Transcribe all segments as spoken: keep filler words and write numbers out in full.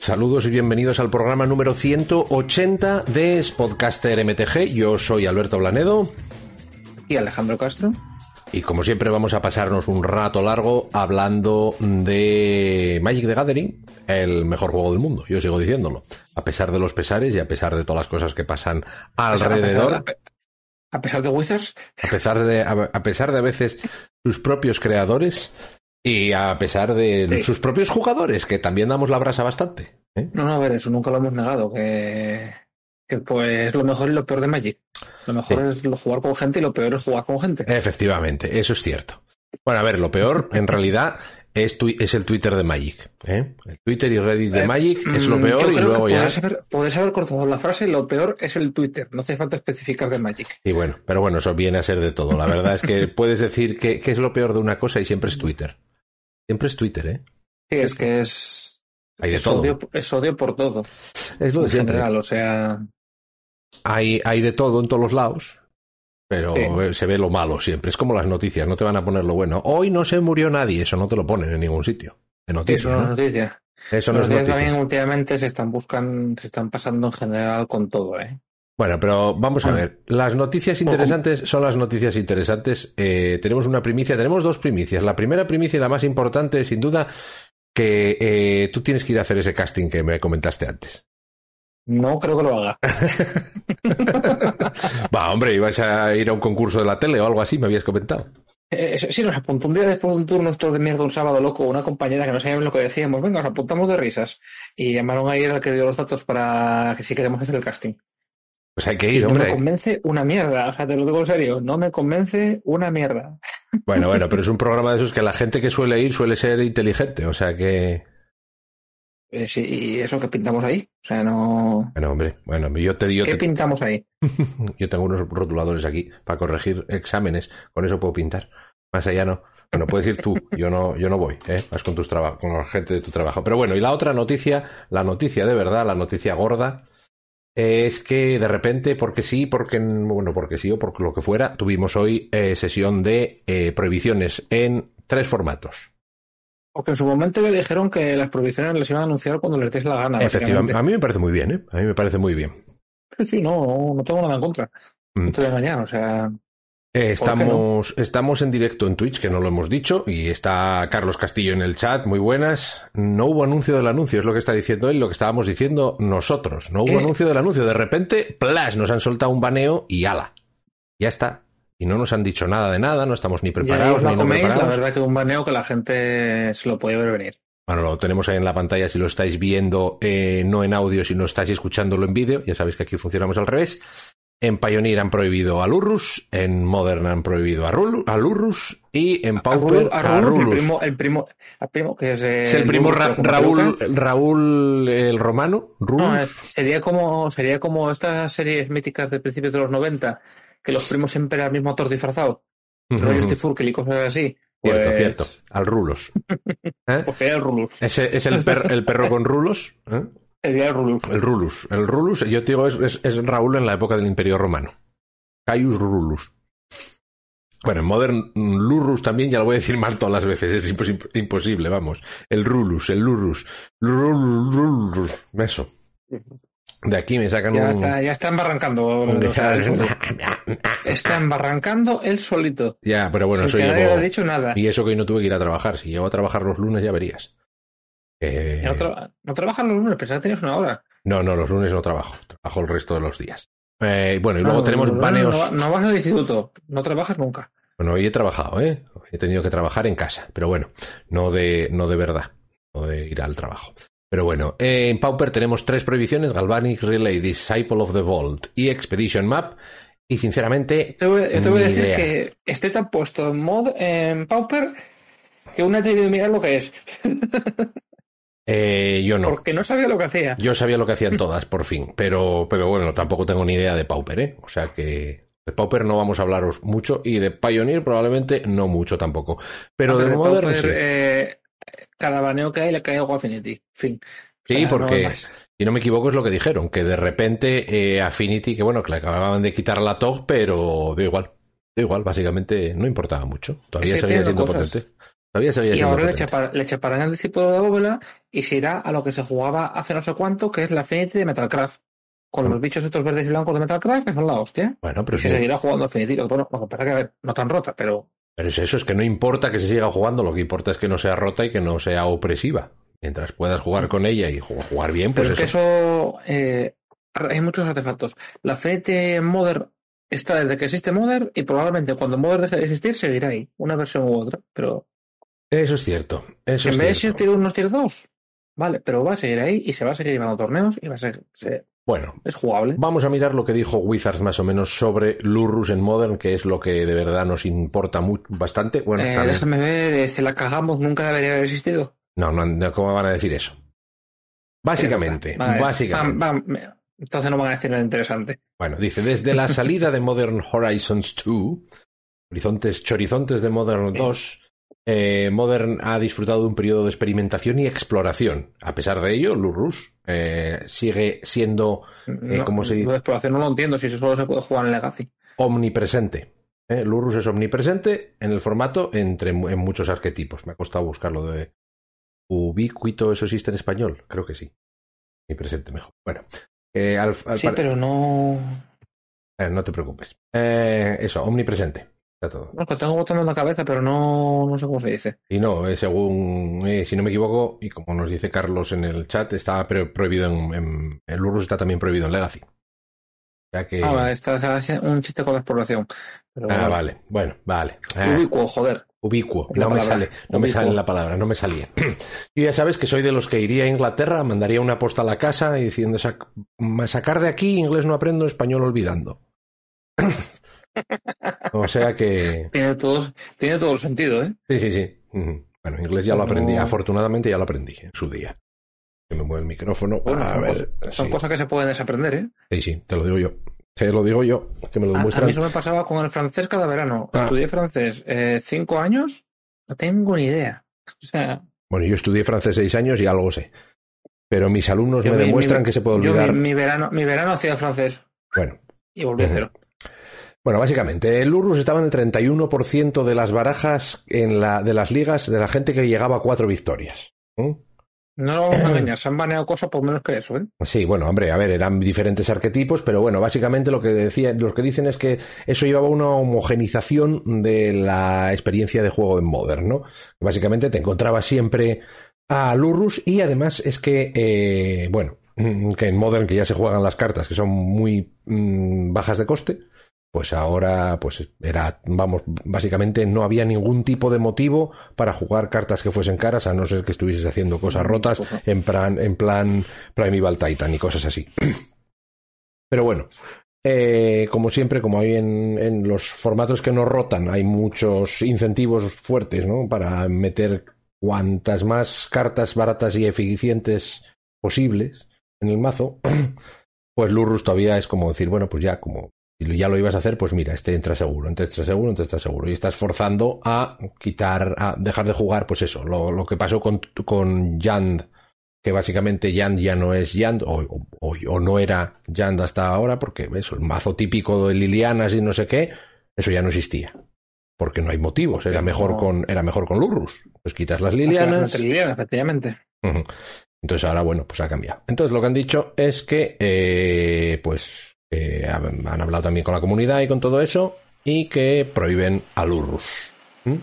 Saludos y bienvenidos al programa número ciento ochenta de Spodcaster M T G. Yo soy Alberto Blanedo. Y Alejandro Castro. Y como siempre vamos a pasarnos un rato largo hablando de Magic the Gathering, el mejor juego del mundo, yo sigo diciéndolo. A pesar de los pesares y a pesar de todas las cosas que pasan alrededor. A pesar, a pesar de Wizards. A pesar de, a, a pesar de a veces sus propios creadores y a pesar de sí. sus propios jugadores, que también damos la brasa bastante. ¿eh? No, no, a ver, eso nunca lo hemos negado, que... que pues lo mejor y lo peor de Magic. Lo mejor sí. es jugar con gente y lo peor es jugar con gente. Efectivamente, eso es cierto. Bueno, a ver, lo peor en realidad es, tu, es el Twitter de Magic. ¿eh? El Twitter y Reddit de Magic eh, es lo peor y luego ya... Puedes haber, puedes haber cortado la frase, lo peor es el Twitter. No hace falta especificar de Magic. Y bueno, pero bueno, eso viene a ser de todo. La verdad es que puedes decir que, que es lo peor de una cosa y siempre es Twitter. Siempre es Twitter, ¿eh? Sí, es que es... Hay de es todo. Odio, es odio por todo. Es lo de en siempre. general, o sea... Hay, hay de todo en todos los lados, pero sí. se ve lo malo siempre. Es como las noticias, no te van a poner lo bueno. Hoy no se murió nadie, eso no te lo ponen en ningún sitio. De noticias, eso no es ¿no? noticia. Eso no los es días noticia. También últimamente se están buscando, se están pasando en general con todo, ¿eh? Bueno, pero vamos a ver. Las noticias interesantes son las noticias interesantes. Eh, tenemos una primicia, tenemos dos primicias. La primera primicia y la más importante, sin duda, que eh, tú tienes que ir a hacer ese casting que me comentaste antes. No creo que lo haga. Va, hombre, ibas a ir a un concurso de la tele o algo así, me habías comentado. Eh, sí, nos apuntó un día después de un turno estos de mierda, un sábado loco, una compañera que no sabíamos lo que decíamos. Venga, nos apuntamos de risas. Y llamaron a ir al que dio los datos para que si queremos hacer el casting. Pues hay que ir, y hombre. No me convence una mierda, o sea, te lo digo en serio, no me convence una mierda. Bueno, bueno, pero es un programa de esos que la gente que suele ir suele ser inteligente, o sea que... Eh, sí, y eso que pintamos ahí, o sea, no... Bueno, hombre, bueno, yo te digo... ¿Qué te... pintamos ahí? Yo tengo unos rotuladores aquí para corregir exámenes, con eso puedo pintar. Más allá no. Bueno, puedes ir tú, yo no, yo no voy, ¿eh? Vas con tus trabajos, con la gente de tu trabajo. Pero bueno, y la otra noticia, la noticia de verdad, la noticia gorda, es que de repente, porque sí, porque bueno, porque sí o por lo que fuera, tuvimos hoy eh, sesión de eh, prohibiciones en tres formatos. Porque en su momento le dijeron que las prohibiciones las iban a anunciar cuando les des la gana. Efectivamente, a mí me parece muy bien, ¿eh? A mí me parece muy bien. Sí, sí, no, no tengo nada en contra. Mm. No te voy a engañar, o sea... Eh, estamos, no? estamos en directo en Twitch, que no lo hemos dicho, y está Carlos Castillo en el chat, muy buenas. No hubo anuncio del anuncio, es lo que está diciendo él, lo que estábamos diciendo nosotros. No hubo ¿Eh? anuncio del anuncio, de repente, ¡plas!, nos han soltado un baneo y ala. Ya está. Y no nos han dicho nada de nada, no estamos ni preparados. Ya, ni no coméis, no preparados. La verdad que un baneo que la gente se lo puede ver venir. Bueno, lo tenemos ahí en la pantalla si lo estáis viendo, eh, no en audio, si no estáis escuchándolo en vídeo. Ya sabéis que aquí funcionamos al revés. En Pioneer han prohibido a Lurrus, en Modern han prohibido a, Rul, a Lurrus y en Pauper a, a, a Rulus. Rulus. El primo, el primo, el primo que es, es el primo Ra Raúl, Raúl el romano. Rulus. No, sería como, sería como estas series míticas de principios de los noventa, que los primos siempre eran el mismo actor disfrazado. Uh -huh. Roger Tifurkel y cosas así. Pues... Cierto, cierto. Al Rulos. ¿Eh? Porque era el Rulus. ¿Ese es el, per el perro con rulos? ¿Eh? Sería el Rulus. El Rulus. El Rulus, yo te digo, es, es, es Raúl en la época del Imperio Romano. Caius Rulus. Bueno, en Modern Lurrus también, ya lo voy a decir mal todas las veces, es impos imposible, vamos. El Rulus, el Lurrus. Lurrus. Eso. De aquí me sacan ya un... Está, ya está embarrancando. Un... O sea, está embarrancando él solito. Ya, pero bueno, eso que llevo... nadie le ha dicho nada. Y eso que hoy no tuve que ir a trabajar. Si llego a trabajar los lunes ya verías. Eh... ¿No, tra ¿No trabajas los lunes? Pensaba que tenías una hora. No, no, los lunes no trabajo. Trabajo el resto de los días. Eh, bueno, y luego no, tenemos no, baneos... No, no vas al instituto. No trabajas nunca. Bueno, hoy he trabajado, ¿eh? He tenido que trabajar en casa. Pero bueno, no de, no de verdad. No de ir al trabajo. Pero bueno, eh, en Pauper tenemos tres prohibiciones: Galvanic Relay, Disciple of the Vault y Expedition Map. Y sinceramente, te voy, te voy a decir idea. que estoy tan puesto en mod en Pauper que una he tenido que mirar lo que es. eh, yo no. Porque no sabía lo que hacía. Yo sabía lo que hacían todas, por fin. Pero, pero bueno, tampoco tengo ni idea de Pauper, ¿eh? O sea que de Pauper no vamos a hablaros mucho y de Pioneer probablemente no mucho tampoco. Pero Hombre, de de Modern Pauper, sí. eh, cada baneo que hay le cae algo a Affinity. Fin. Sí, o sea, porque, no si no me equivoco, es lo que dijeron, que de repente eh, Affinity, que bueno, que le acababan de quitar la T O G, pero da igual. Da igual, básicamente no importaba mucho. Todavía es que seguía siendo cosas. potente. Todavía seguía Y siendo ahora le, potente. chapa- le chaparán el discípulo de bóveda y se irá a lo que se jugaba hace no sé cuánto, que es la Affinity de Metalcraft. Con los bichos estos verdes y blancos de Metalcraft, que son la hostia. Bueno, pero Y se sí. seguirá jugando Affinity. Bueno, lo que pasa que, a ver, no tan rota, pero... Pero es eso, es que no importa que se siga jugando, lo que importa es que no sea rota y que no sea opresiva. Mientras puedas jugar con ella y jugar bien, pues Pero es que eso. eso... eh, hay muchos artefactos. La Affinity Modern está desde que existe Modern y probablemente cuando Modern deje de existir seguirá ahí. Una versión u otra, pero... Eso es cierto, eso En es vez de cierto. ser tier uno, tier dos, vale, pero va a seguir ahí y se va a seguir llevando torneos y va a ser... se- Bueno, es jugable. vamos a mirar lo que dijo Wizards más o menos sobre Lurrus en Modern, que es lo que de verdad nos importa mu- bastante. Bueno, Eh, también... déjame ver, eh, se la cagamos, nunca debería haber existido. No, no, no, ¿cómo van a decir eso? Básicamente, Vale, básicamente. va- va- entonces no van a decir nada interesante. Bueno, dice, desde la salida de Modern Horizons dos, Horizontes, Chorizontes de Modern dos, eh, Modern ha disfrutado de un periodo de experimentación y exploración. A pesar de ello, Lurrus eh, sigue siendo, eh, No, ¿cómo se dice? lo de exploración no lo entiendo, si eso solo se puede jugar en Legacy. Omnipresente. ¿eh? Lurrus es omnipresente en el formato entre en muchos arquetipos. Me ha costado buscarlo de ubicuito, ¿eso existe en español? Creo que sí. Omnipresente mejor. Bueno. Eh, al, al Sí, par... pero no... eh, no te preocupes. Eh, eso, omnipresente. Está todo. No, que tengo botando en la cabeza, pero no, no sé cómo se dice. Y no, eh, según, eh, si no me equivoco, y como nos dice Carlos en el chat, está pro- prohibido en, en... El Lurrus está también prohibido en Legacy. O sea que... Ah, vale, está, está un chiste con la exploración. Pero, Ah, vale. Bueno, vale. Ah. Ubicuo, joder. Ubicuo, Es la no me palabra. sale, no me Ubicuo. sale la palabra, no me salía. Yo ya sabes que soy de los que iría a Inglaterra, mandaría una posta a la casa y diciendo "Sac- sacar de aquí, inglés no aprendo, español olvidando". O sea que... Tiene todo, tiene todo el sentido, ¿eh? Sí, sí, sí. Ujú. Bueno, inglés ya lo Pero- aprendí, afortunadamente ya lo aprendí en su día. Se me mueve el micrófono. Bueno, a son, ver, cosas, son sí. cosas que se pueden desaprender, ¿eh? Sí, sí, te lo digo yo. Te lo digo yo, que me lo A, a demuestran. mí eso me pasaba con el francés cada verano. Ah. Estudié francés eh, cinco años, no tengo ni idea. O sea, Bueno, yo estudié francés seis años y algo sé. Pero mis alumnos yo me mi- demuestran mi- que se puede yo olvidar. mi, mi verano, mi verano hacía francés Bueno, y volví a Ujú. cero. Bueno, básicamente, el Lurrus estaba en el treinta y uno por ciento de las barajas en la, de las ligas de la gente que llegaba a cuatro victorias. ¿Mm? No lo vamos a engañar, se han baneado cosas por menos que eso, ¿eh? Sí, bueno, hombre, a ver, eran diferentes arquetipos, pero bueno, básicamente lo que decía, lo que dicen es que eso llevaba a una homogenización de la experiencia de juego en Modern, ¿no? Básicamente te encontrabas siempre a Lurrus y además es que, eh, bueno, que en Modern que ya se juegan las cartas que son muy mmm, bajas de coste, pues ahora pues era, vamos, básicamente no había ningún tipo de motivo para jugar cartas que fuesen caras, a no ser que estuvieses haciendo cosas rotas en plan, en plan Primeval Titan y cosas así. Pero bueno, eh, como siempre, como hay en, en los formatos que no rotan, hay muchos incentivos fuertes, ¿no? Para meter cuantas más cartas baratas y eficientes posibles en el mazo, pues Lurrus todavía es como decir, bueno, pues ya, como si ya lo ibas a hacer, pues mira, este entra seguro, este entra seguro, este entra seguro. Y estás forzando a quitar, a dejar de jugar, pues eso, lo, lo que pasó con, con Yand, que básicamente Yand ya no es Yand, o, o, o no era Yand hasta ahora, porque eso, el mazo típico de Lilianas y no sé qué, eso ya no existía. Porque no hay motivos, era mejor con, era mejor con Lurrus. Pues quitas las Lilianas. Lilianas, efectivamente. Uh-huh. Entonces ahora, bueno, pues ha cambiado. Entonces lo que han dicho es que, eh, pues, eh, han, han hablado también con la comunidad y con todo eso, y que prohíben a Lurrus. ¿Mm?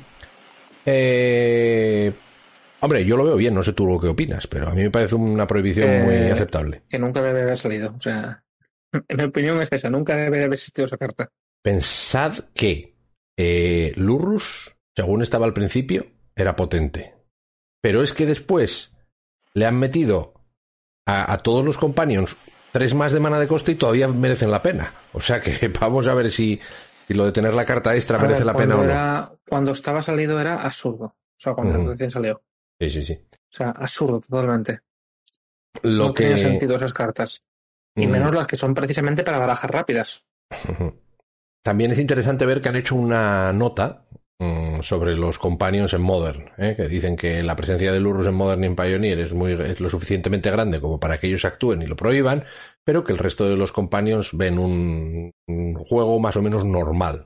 Eh, hombre, yo lo veo bien, no sé tú lo que opinas, pero a mí me parece una prohibición Eh, muy aceptable. Que nunca debe haber salido. O sea, en mi opinión es esa, nunca debe haber existido esa carta. Pensad que eh, Lurrus, según estaba al principio, era potente. Pero es que después le han metido a, a todos los companions tres más de mana de coste y todavía merecen la pena. O sea que vamos a ver si, si lo de tener la carta extra A merece ver, la pena o no. era, cuando estaba salido era absurdo. O sea, cuando Ujú. recién salió. Sí, sí, sí. O sea, absurdo totalmente. Lo no que... tiene sentido esas cartas. Y Mm. menos las que son precisamente para barajas rápidas. También es interesante ver que han hecho una nota mm, sobre los companions en Modern, ¿eh? Que dicen que la presencia de Lurrus en Modern y en Pioneer es, muy, es lo suficientemente grande como para que ellos actúen y lo prohíban, pero que el resto de los companions ven un, un juego más o menos normal.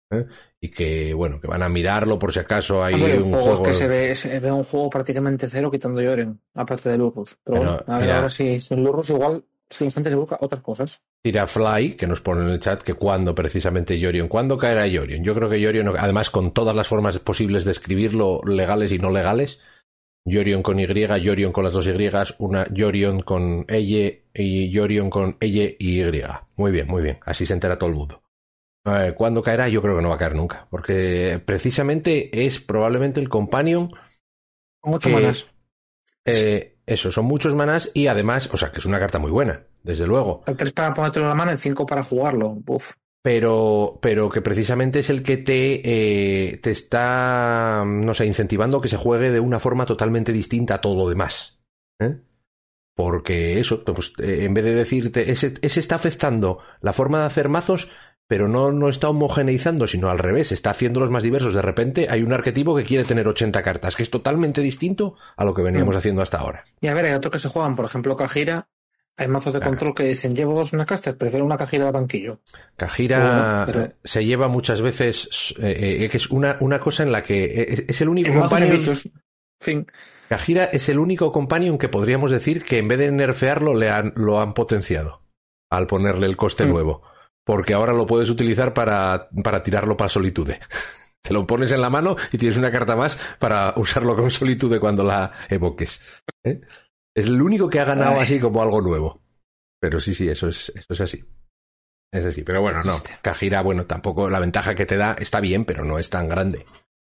¿eh? Y que, bueno, que van a mirarlo por si acaso hay Hombre, el un juego juego... es que se ve, se ve un juego prácticamente cero quitando Yorion, aparte de Lurrus. Pero, Pero, bueno, a ver mira, ahora si sin Lurrus igual si la gente se busca otras cosas. Tirafly, que nos pone en el chat que cuándo precisamente Yorion, ¿cuándo caerá Yorion? Yo creo que Yorion, además con todas las formas posibles de escribirlo, legales y no legales, Yorion con Y, Yorion con las dos Y, una Yorion con L y Yorion con L y Y. Muy bien, muy bien, así se entera todo el mundo. Eh, ¿Cuándo caerá? Yo creo que no va a caer nunca, porque precisamente es probablemente el companion Con ocho que... manas. Eh, eso, son muchos manás y además, o sea, que es una carta muy buena, desde luego. El tres para ponértelo en la mano, el cinco para jugarlo. Uf. Pero, pero que precisamente es el que te, eh, te está, no sé, incentivando a que se juegue de una forma totalmente distinta a todo lo demás. ¿Eh? Porque eso, pues, eh, en vez de decirte, ese, ese está afectando la forma de hacer mazos, pero no, no está homogeneizando, sino al revés, está haciéndolos más diversos. De repente hay un arquetipo que quiere tener ochenta cartas, que es totalmente distinto a lo que veníamos mm. haciendo hasta ahora. Y a ver, hay otros que se juegan, por ejemplo, Kajira. Hay mazos de control que dicen, llevo dos Snapcasters, prefiero una Kajira de banquillo. Kajira bueno, pero... se lleva muchas veces, eh, eh, que es una, una cosa en la que es, es el único el companion... bichos. Fin. Kajira es el único companion que podríamos decir que en vez de nerfearlo le han, lo han potenciado al ponerle el coste mm. nuevo. Porque ahora lo puedes utilizar para, para tirarlo para Solitude. Te lo pones en la mano y tienes una carta más para usarlo con Solitude cuando la evoques. ¿Eh? Es el único que ha ganado Ay. así como algo nuevo. Pero sí, sí, eso es, eso es así. Es así. Pero bueno, no. Kajira, bueno, tampoco la ventaja que te da está bien, pero no es tan grande.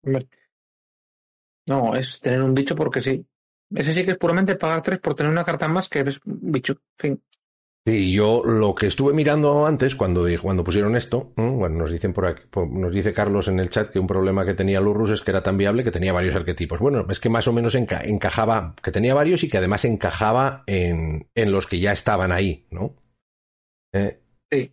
No, es tener un bicho porque sí. Ese sí que es puramente pagar tres por tener una carta más que es un bicho. Fin. Sí, yo lo que estuve mirando antes, cuando, cuando pusieron esto, bueno, nos dicen por aquí, nos dice Carlos en el chat que un problema que tenía Lurrus es que era tan viable que tenía varios arquetipos. Bueno, es que más o menos enca encajaba, que tenía varios y que además encajaba en, en los que ya estaban ahí, ¿no? Eh, sí.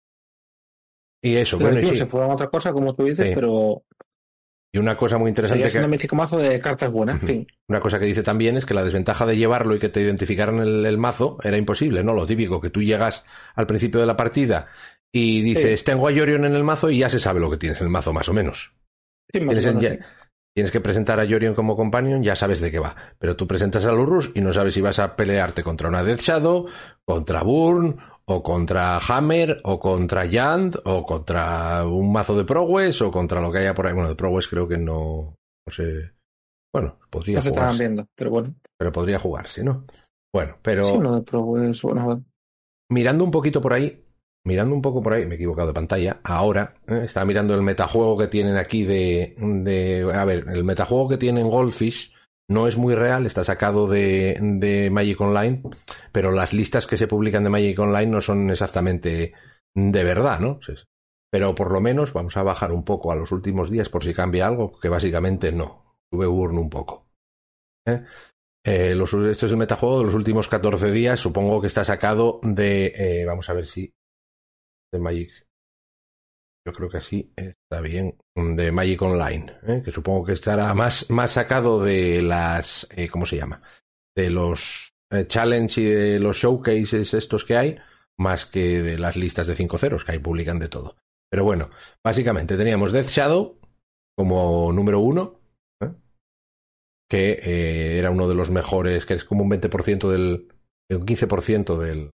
Y eso, los bueno, y sí. se fueron a otra cosa, como tú dices, sí. pero... Y una cosa muy interesante que... un mítico mazo de cartas buenas, uh-huh. fin. Una cosa que dice también es que la desventaja de llevarlo y que te identificaran el, el mazo era imposible, ¿no? Lo típico, que tú llegas al principio de la partida y dices, sí. tengo a Yorion en el mazo y ya se sabe lo que tienes en el mazo, más o menos. Sí, más tienes, o menos ya, sí. tienes que presentar a Yorion como companion, ya sabes de qué va. Pero tú presentas a Lurrus y no sabes si vas a pelearte contra una Death Shadow, contra Burn, o contra Hammer, o contra Yand, o contra un mazo de Prowess, o contra lo que haya por ahí. Bueno, de Prowess creo que no... No sé. Bueno, podría no se jugarse. estaban viendo, pero bueno. Pero podría jugarse, ¿no? Bueno, pero... Sí, uno de Prowess, bueno. Mirando un poquito por ahí, mirando un poco por ahí, me he equivocado de pantalla, ahora, ¿eh? Estaba mirando el metajuego que tienen aquí de, de... A ver, el metajuego que tienen Goldfish no es muy real, está sacado de, de Magic Online, pero las listas que se publican de Magic Online no son exactamente de verdad, ¿no? Pero por lo menos vamos a bajar un poco a los últimos días por si cambia algo, que básicamente no. Sube Burn un poco. ¿Eh? Eh, los, esto es el metajuego de los últimos catorce días, supongo que está sacado de... Eh, vamos a ver si... De Magic... Yo creo que así está bien. De Magic Online, ¿eh? Que supongo que estará más, más sacado de las... Eh, ¿Cómo se llama? De los eh, challenge y de los showcases estos que hay, más que de las listas de cinco ceros, que ahí publican de todo. Pero bueno, básicamente teníamos Death Shadow como número uno, ¿eh? que eh, era uno de los mejores, que es como un veinte por ciento del... un quince por ciento del...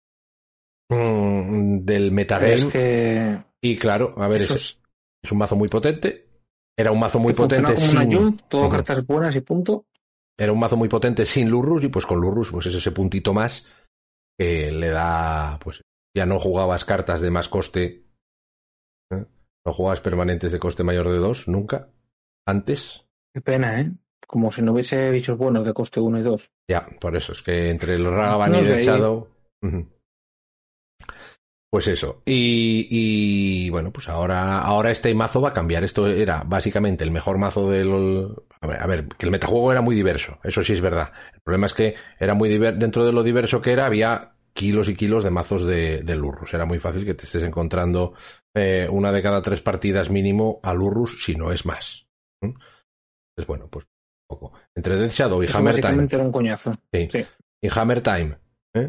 Mm, del metagame. Es que... Y claro, a ver, es, es... es un mazo muy potente. Era un mazo muy que potente como sin... una Jun, todo uh-huh. cartas buenas y punto. Era un mazo muy potente sin Lurrus y pues con Lurrus pues es ese puntito más que le da, pues ya no jugabas cartas de más coste, ¿eh? No jugabas permanentes de coste mayor de dos, nunca, antes. Qué pena, ¿eh? Como si no hubiese bichos buenos de coste uno y dos. Ya, por eso, es que entre el Ragavan no y el Shadow... Uh-huh. Pues eso, y, y bueno, pues ahora, ahora este mazo va a cambiar. Esto era básicamente el mejor mazo del... A ver, a ver, que el metajuego era muy diverso, eso sí es verdad. El problema es que era muy diver... dentro de lo diverso que era, había kilos y kilos de mazos de, de Lurrus. Era muy fácil que te estés encontrando eh, una de cada tres partidas mínimo a Lurrus, si no es más. ¿Mm? Entonces, bueno, pues un poco. Entre Death Shadow y eso Hammer Time. Básicamente era un coñazo. Sí. Sí. Y Hammer Time, ¿eh?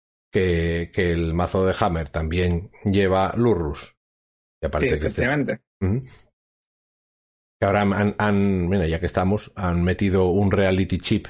Que, que el mazo de Hammer también lleva Lurrus. Y aparte sí, que este, Uh-huh. Que ahora han, han, mira, ya que estamos, han metido un reality chip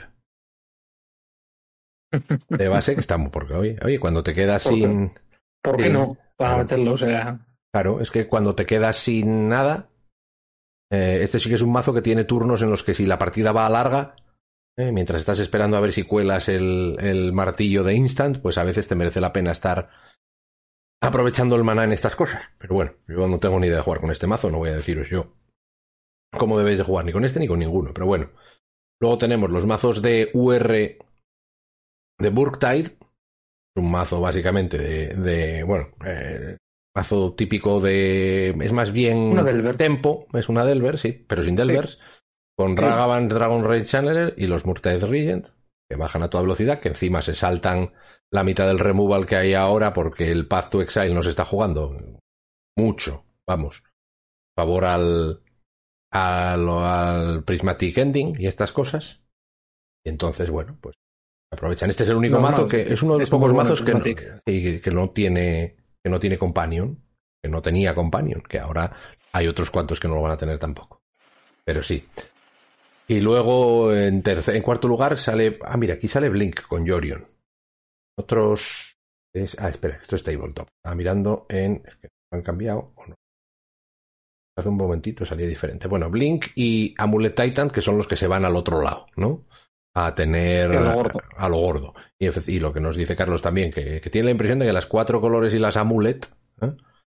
de base que estamos, porque oye, oye, cuando te quedas ¿Por qué? sin... ¿Por sí, qué no? Para claro, meterlo, o sea... claro, es que cuando te quedas sin nada, eh, este sí que es un mazo que tiene turnos en los que si la partida va a larga, eh, mientras estás esperando a ver si cuelas el, el martillo de instant, pues a veces te merece la pena estar aprovechando el maná en estas cosas. Pero bueno, yo no tengo ni idea de jugar con este mazo, no voy a deciros yo cómo debéis de jugar, ni con este ni con ninguno, pero bueno. Luego tenemos los mazos de U R de Burktide, un mazo básicamente de, de bueno, eh, mazo típico de... es más bien Una Delver. tempo, es una Delver, sí, pero sin Delvers, sí. Con sí. Ragavan, Dragon Rage Channeler y los Murktide Regent, que bajan a toda velocidad, que encima se saltan la mitad del removal que hay ahora porque el Path to Exile no se está jugando mucho, vamos, favor al, al, al Prismatic Ending y estas cosas. Y entonces, bueno, pues aprovechan. Este es el único no, mazo no, que es uno de los pocos mazos que no, que, que no tiene que no tiene companion, que no tenía companion, que ahora hay otros cuantos que no lo van a tener tampoco. Pero sí. Y luego en tercer, en cuarto lugar sale, ah mira, aquí sale Blink con Yorion. Otros es, ah espera, esto es Tabletop. Estaba mirando en, es que han cambiado o no. Hace un momentito salía diferente. Bueno, Blink y Amulet Titan, que son los que se van al otro lado, ¿no? A tener a lo gordo, a, a lo gordo. Y, y lo que nos dice Carlos también, que, que tiene la impresión de que las cuatro colores y las amulet ¿eh?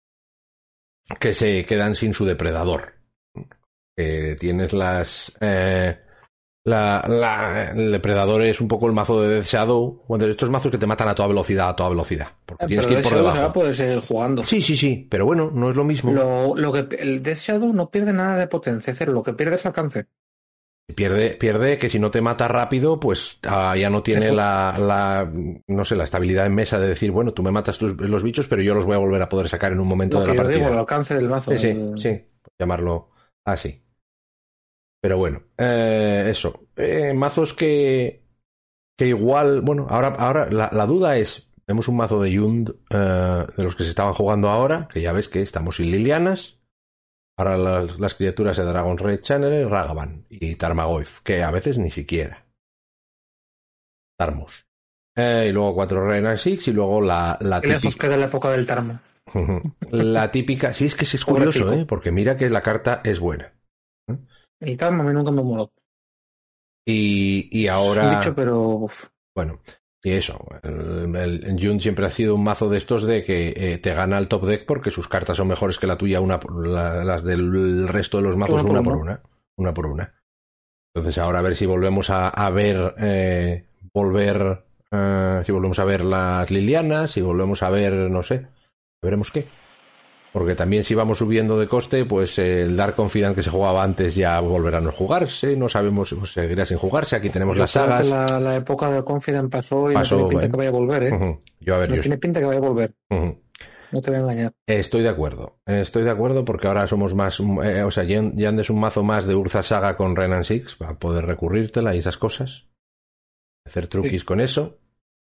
que se quedan sin su depredador. Que tienes las eh, la, la, el depredador es un poco el mazo de Death Shadow, bueno, estos mazos que te matan a toda velocidad, a toda velocidad, porque eh, tienes que ir por debajo. Se va a poder seguir jugando. Sí, sí, sí, pero bueno, no es lo mismo. Lo, lo que el Death Shadow no pierde nada de potencia, cero, lo que pierde es alcance. Pierde, pierde que si no te mata rápido, pues ah, ya no tiene la, la, no sé, la estabilidad en mesa de decir, bueno, tú me matas tus, los bichos, pero yo los voy a volver a poder sacar en un momento lo de la partida. Digo, el alcance del mazo. Sí, el... sí, sí, llamarlo así. Pero bueno, eh, eso. Eh, mazos que, que igual, bueno, ahora, ahora la, la duda es, vemos un mazo de Yund eh, de los que se estaban jugando ahora, que ya ves que estamos sin Lilianas. Ahora las, las criaturas de Dragon Rage Channeler, Ragavan y Tarmogoyf, que a veces ni siquiera. Tarmos. Eh, y luego cuatro Renan Six y luego la, la típica... lejos queda la época del Tarmo. La típica... Sí, es que es curioso, ¿eh? Porque mira que la carta es buena. ¿Eh? El Tarmo a mí nunca me moló. Y, y ahora... Es un bicho, pero... Uf. Bueno... Y eso, el, el, el Jund siempre ha sido un mazo de estos de que eh, te gana el top deck porque sus cartas son mejores que la tuya, una por, la, las del resto de los mazos una, una por una, una por una. Entonces ahora a ver si volvemos a, a ver, eh, volver, eh, si volvemos a ver las Lilianas, si volvemos a ver, no sé, veremos qué. Porque también si vamos subiendo de coste, pues eh, el Dark Confidant que se jugaba antes ya volverá a no jugarse, no sabemos, pues seguirá sin jugarse. Aquí tenemos yo las sagas. La, la época del Confidant pasó y pasó, no tiene pinta ¿eh? que vaya a volver, ¿eh? Uh-huh. Yo, a ver, no yo tiene sí. pinta que vaya a volver. Uh-huh. No te voy a engañar. Estoy de acuerdo, estoy de acuerdo porque ahora somos más, eh, o sea, ya, ya andes un mazo más de Urza Saga con Renan Six para poder recurrírtela y esas cosas. Hacer truquis sí. con eso.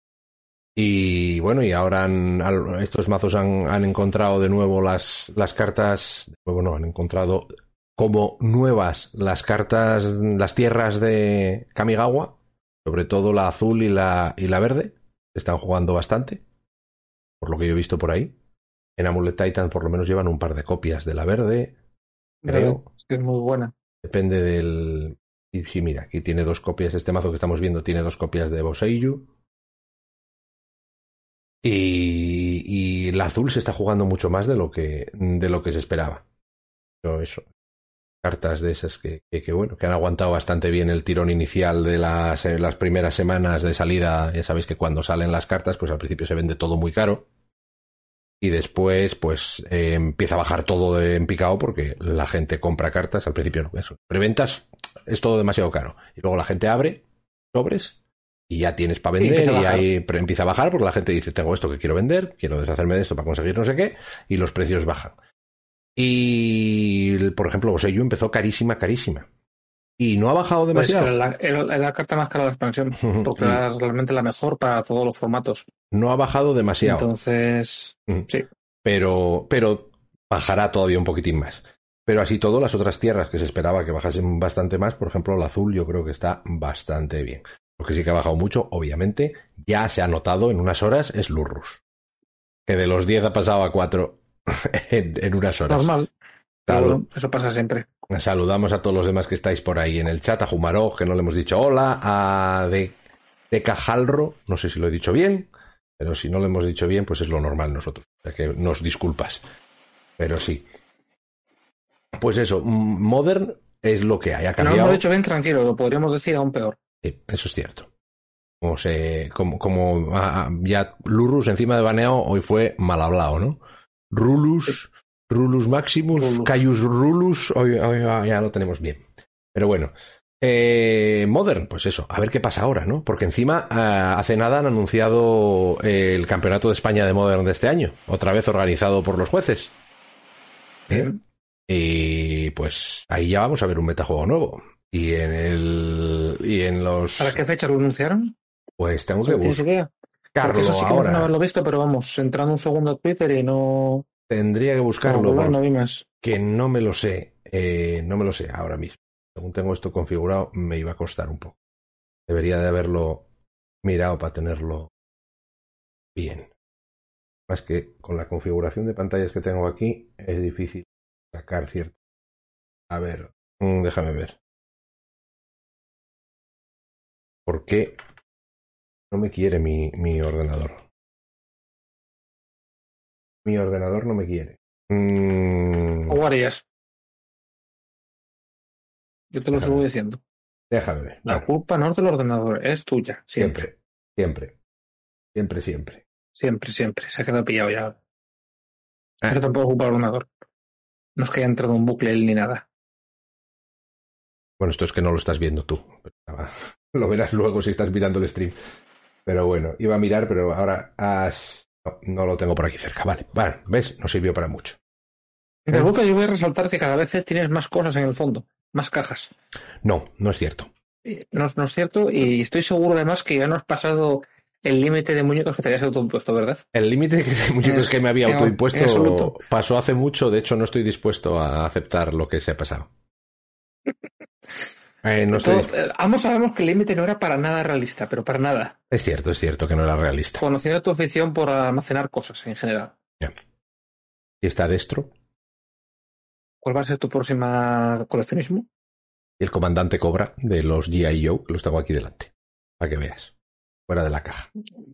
Y bueno, y ahora han, estos mazos han, han encontrado de nuevo las, las cartas, de nuevo no, han encontrado como nuevas las cartas, las tierras de Kamigawa, sobre todo la azul y la, y la verde, están jugando bastante, por lo que yo he visto por ahí. En Amulet Titan por lo menos llevan un par de copias de la verde, creo. Es que es muy buena. Depende del... Y sí, mira, aquí tiene dos copias, este mazo que estamos viendo tiene dos copias de Boseiyu. Y, y la azul se está jugando mucho más de lo que, de lo que se esperaba. Pero eso, cartas de esas que, que, que, bueno, que han aguantado bastante bien el tirón inicial de las, las primeras semanas de salida. Ya sabéis que cuando salen las cartas, pues al principio se vende todo muy caro. Y después, pues, eh, empieza a bajar todo de, en picado porque la gente compra cartas. Al principio no, eso. Preventas es todo demasiado caro. Y luego la gente abre sobres y ya tienes para vender y, y ahí empieza a bajar porque la gente dice, tengo esto que quiero vender, quiero deshacerme de esto para conseguir no sé qué, y los precios bajan. Y, por ejemplo, Boseiyu empezó carísima, carísima. Y no ha bajado demasiado. Pues era, la, era la carta más cara de la expansión, porque y era realmente la mejor para todos los formatos. No ha bajado demasiado. Entonces, uh-huh. sí. Pero, pero bajará todavía un poquitín más. Pero así todo, las otras tierras que se esperaba que bajasen bastante más, por ejemplo, el azul yo creo que está bastante bien. Lo que sí que ha bajado mucho, obviamente, ya se ha notado en unas horas, es Lurrus. Que de los diez ha pasado a cuatro en, en unas horas. Normal. Salud. Bueno, eso pasa siempre. Saludamos a todos los demás que estáis por ahí en el chat, a Jumaró, que no le hemos dicho hola, a De, de Cajalro, no sé si lo he dicho bien, pero si no lo hemos dicho bien, pues es lo normal nosotros. O sea que nos disculpas. Pero sí. Pues eso, Modern es lo que hay, ha cambiado. No lo hemos dicho bien, tranquilo, lo podríamos decir aún peor. Sí, eso es cierto. Como se, como, como ah, ya Lurrus encima de baneado, hoy fue mal hablado, ¿no? Rulus, sí. Rulus Maximus, Rulus. Caius Rulus, hoy, hoy ya lo tenemos bien. Pero bueno, eh, Modern, pues eso, a ver qué pasa ahora, ¿no? Porque encima eh, hace nada han anunciado eh, el Campeonato de España de Modern de este año, otra vez organizado por los jueces. ¿Eh? Y pues ahí ya vamos a ver un metajuego nuevo. Y en el y en los ¿Para qué fecha lo anunciaron? Pues tengo que buscar. Porque eso sí que no haberlo visto, pero vamos, entrando un segundo a Twitter y no. Tendría que buscarlo. No, no vi más. Que no me lo sé. Eh, no me lo sé ahora mismo. Según tengo esto configurado, me iba a costar un poco. Debería de haberlo mirado para tenerlo bien. Más que con la configuración de pantallas que tengo aquí, es difícil sacar cierto. A ver, déjame ver. ¿Por qué no me quiere mi, mi ordenador? Mi ordenador no me quiere. Mm... ¿O harías? Yo te lo Déjame. sigo diciendo. Déjame ver. La bueno. culpa no es del ordenador, es tuya. Siempre. Siempre. Siempre, siempre. Siempre, siempre. siempre. Se ha quedado pillado ya. Ah. Pero tampoco culpa del ordenador. No es que haya entrado un bucle él ni nada. Bueno, esto es que no lo estás viendo tú. Lo verás luego si estás mirando el stream. Pero bueno, iba a mirar, pero ahora has... no, no lo tengo por aquí cerca. Vale, vale, ¿ves? No sirvió para mucho. En el bucle yo voy a resaltar que cada vez tienes más cosas en el fondo, más cajas. No, no es cierto. No, no es cierto, y estoy seguro además que ya no has pasado el límite de muñecos que te habías autoimpuesto, ¿verdad? El límite de muñecos es, que me había en, autoimpuesto pasó hace mucho, de hecho no estoy dispuesto a aceptar lo que se ha pasado. Eh, no Todo, estoy... ambos sabemos que el límite no era para nada realista, pero para nada. Es cierto, es cierto que no era realista. Conociendo tu afición por almacenar cosas en general. Ya. ¿Y está Destro? ¿Cuál va a ser tu próxima coleccionismo? El comandante Cobra de los G I Joe, los tengo aquí delante, para que veas, fuera de la caja.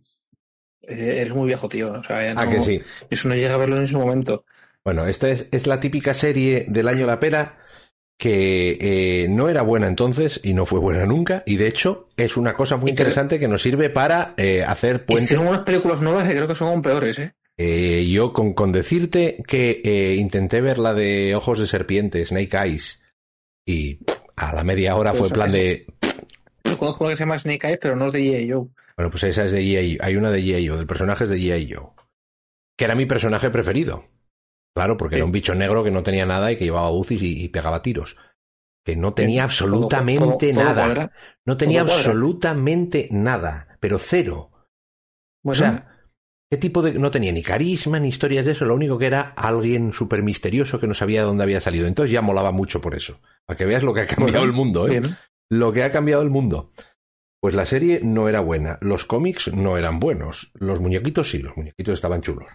Eh, eres muy viejo, tío. O sea, ya no, ¿A que sí? Eso no llega a verlo en su momento. Bueno, esta es, es la típica serie del año La Pera que eh, no era buena entonces y no fue buena nunca, y de hecho es una cosa muy interesante que nos sirve para eh, hacer puente. Hicieron unas películas nuevas que creo que son aún peores, ¿eh? Eh, yo con, con decirte que eh, intenté ver la de Ojos de Serpiente, Snake Eyes, y a la media hora pues fue en plan eso. de... Yo conozco una que se llama Snake Eyes, pero no es de G I Joe. Bueno, pues esa es de G I Joe. Hay una de G I Joe, del personaje es de G I Joe, que era mi personaje preferido. Claro, porque sí. Era un bicho negro que no tenía nada y que llevaba U C Is y, y pegaba tiros. Que no tenía sí. absolutamente todo, todo, nada. Todo no tenía absolutamente nada, pero cero. Bueno. O sea, ¿qué tipo de...? No tenía ni carisma ni historias de eso, lo único que era alguien súper misterioso que no sabía de dónde había salido. Entonces ya molaba mucho por eso. Para que veas lo que ha cambiado bueno, el mundo, ¿eh? Bien. Lo que ha cambiado el mundo. Pues la serie no era buena, los cómics no eran buenos, los muñequitos sí, los muñequitos estaban chulos.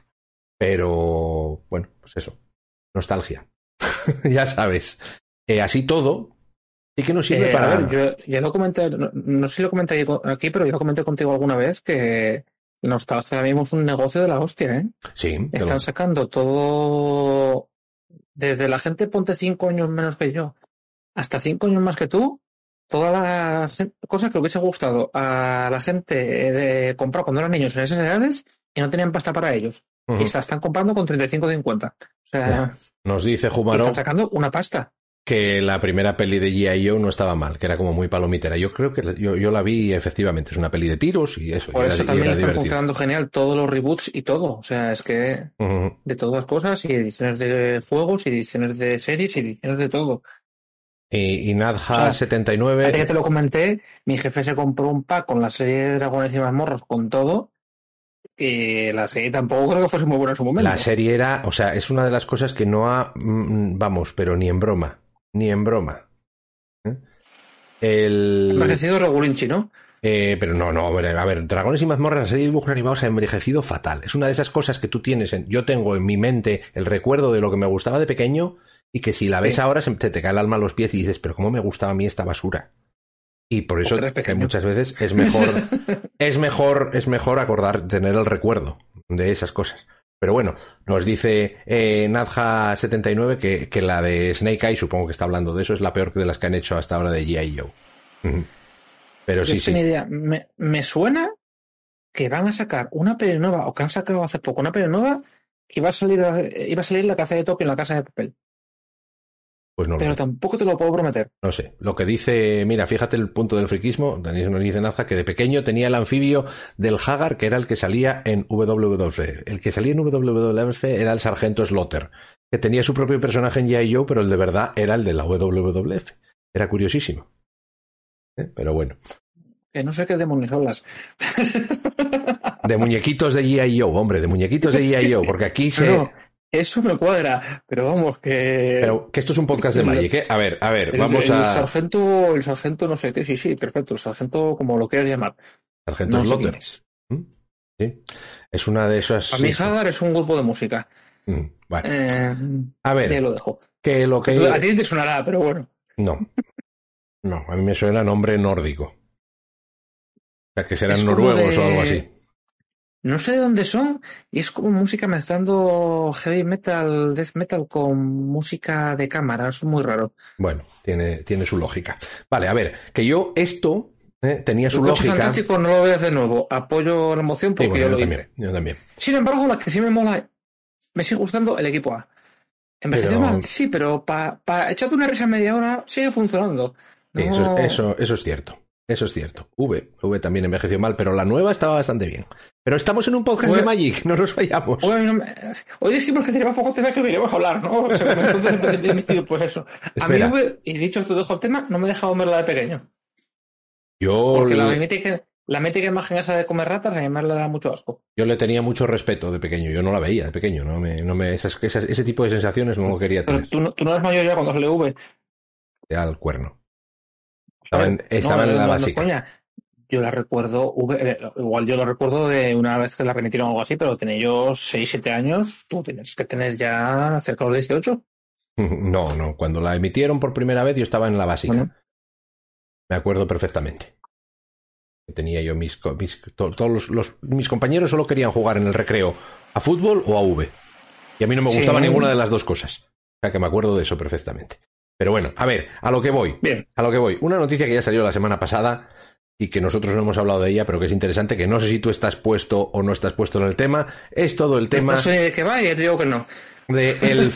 Pero, bueno, pues eso, nostalgia. Ya sabes. Eh, así todo, sí que nos sirve eh, para... A ver, yo ya lo comenté, no, no sé si lo comenté aquí, pero yo lo comenté contigo alguna vez, que nostalgia ahora mismo es un negocio de la hostia, ¿eh? Sí. Están lo... sacando todo, desde la gente ponte cinco años menos que yo, hasta cinco años más que tú, todas las cosas que le hubiese gustado a la gente de comprar cuando eran niños en esas edades y no tenían pasta para ellos. Uh-huh. Y se la están comprando con treinta y cinco cincuenta. O sea, yeah. Nos dice Jumaro están sacando una pasta. Que la primera peli de G I Joe no estaba mal, que era como muy palomitera. Yo creo que yo, yo la vi efectivamente. Es una peli de tiros y eso. Por y eso era, también y era están divertido. funcionando genial todos los reboots y todo. O sea, es que uh-huh. de todas las cosas, y ediciones de juegos, y ediciones de series, y ediciones de todo. Y, y Nadja o sea, setenta y nueve... Antes que te lo comenté, mi jefe se compró un pack con la serie de Dragones y Mazmorros con todo, que la serie tampoco creo que fuese muy buena en su momento. La serie era, o sea, es una de las cosas que no ha, mm, vamos, pero ni en broma, ni en broma. ¿Eh? El... Envejecido regulinchi, ¿no? Eh, pero no, no, a ver, a ver, Dragones y Mazmorras, la serie de dibujos animados ha envejecido fatal. Es una de esas cosas que tú tienes, en, yo tengo en mi mente el recuerdo de lo que me gustaba de pequeño y que si la ves sí. ahora se te, te cae el alma a los pies y dices, pero cómo me gustaba a mí esta basura. Y por eso que muchas veces es mejor, es mejor, es mejor acordar, tener el recuerdo de esas cosas. Pero bueno, nos dice eh, Nadja setenta y nueve que, que la de Snake Eye, supongo que está hablando de eso, es la peor de las que han hecho hasta ahora de G I. Joe. Pero Yo sí, sí. Idea. Me, me suena que van a sacar una peli nueva, o que han sacado hace poco una peli nueva, que iba a salir, iba a salir La Caza de Tokio en La Casa de Papel. Pues no Pero lo tampoco te lo puedo prometer. No sé. Lo que dice, mira, fíjate el punto del friquismo, nos dice Naza que de pequeño tenía el anfibio del Hagar, que era el que salía en W W F. El que salía en W W F era el sargento Slaughter, que tenía su propio personaje en G I. Joe, pero el de verdad era el de la W W F. Era curiosísimo. ¿Eh? Pero bueno. Que no sé qué demonios hablas. De muñequitos de G I. Joe, hombre, de muñequitos de G I. Joe, porque aquí se... No, eso me cuadra, pero vamos, que... Pero que esto es un podcast de Magic, ¿eh? A ver, a ver, vamos el, el a... sargento, el sargento no sé qué, sí, sí, perfecto, el sargento como lo quieras llamar. Sargento no Slaughter. Sé ¿Mm? Sí. Es una de esas... A mí Hagar es un grupo de música. Mm, bueno. Eh, a ver, ya lo dejo. Que lo que... A ti te sonará, pero bueno. No. No, a mí me suena nombre nórdico. O sea, que serán es noruegos de... o algo así. No sé de dónde son, y es como música mezclando heavy metal, death metal con música de cámara, es muy raro. Bueno, tiene, tiene su lógica. Vale, a ver, que yo esto eh, tenía su el coche lógica. Fantástico no lo voy a hacer de nuevo, apoyo la emoción porque sí, bueno, yo, yo lo también, hice. yo también. Sin embargo, la que sí me mola, me sigue gustando el equipo A. Envejeció Pero... mal, sí, pero para pa echarte una risa media hora sigue funcionando. No... Sí, eso, eso, eso es cierto. Eso es cierto. V, V también envejeció mal, pero la nueva estaba bastante bien. Pero estamos en un podcast bueno, de Magic, no nos vayamos. Bueno, no, hoy decimos que tenemos poco tema que venimos a hablar, ¿no? O sea, entonces he metido pues eso. Espera. A mí V, y dicho esto, dejo el tema, no me he dejado verla de pequeño. Yo... Porque la mítica, la mítica imagen esa de comer ratas, a mí me la da mucho asco. Yo le tenía mucho respeto de pequeño, yo no la veía de pequeño, no me, no me esas, esas, ese tipo de sensaciones no lo quería tener. Pero tú no, tú no eres mayor ya cuando sale V. Al cuerno. Estaba en, estaba no, en la no, básica. No, yo la recuerdo, igual yo lo recuerdo de una vez que la remitieron o algo así, pero tenía yo seis, siete años, tú tienes que tener ya cerca de los dieciocho. No, no, cuando la emitieron por primera vez yo estaba en la básica. Bueno. Me acuerdo perfectamente. Tenía yo mis, mis to, todos los, los mis compañeros solo querían jugar en el recreo a fútbol o a V. Y a mí no me gustaba sí. ninguna de las dos cosas. O sea que me acuerdo de eso perfectamente. Pero bueno, a ver, a lo que voy. Bien. A lo que voy. Una noticia que ya salió la semana pasada y que nosotros no hemos hablado de ella, pero que es interesante, que no sé si tú estás puesto o no estás puesto en el tema, es todo el tema... No sé de qué va y te digo que no. De el,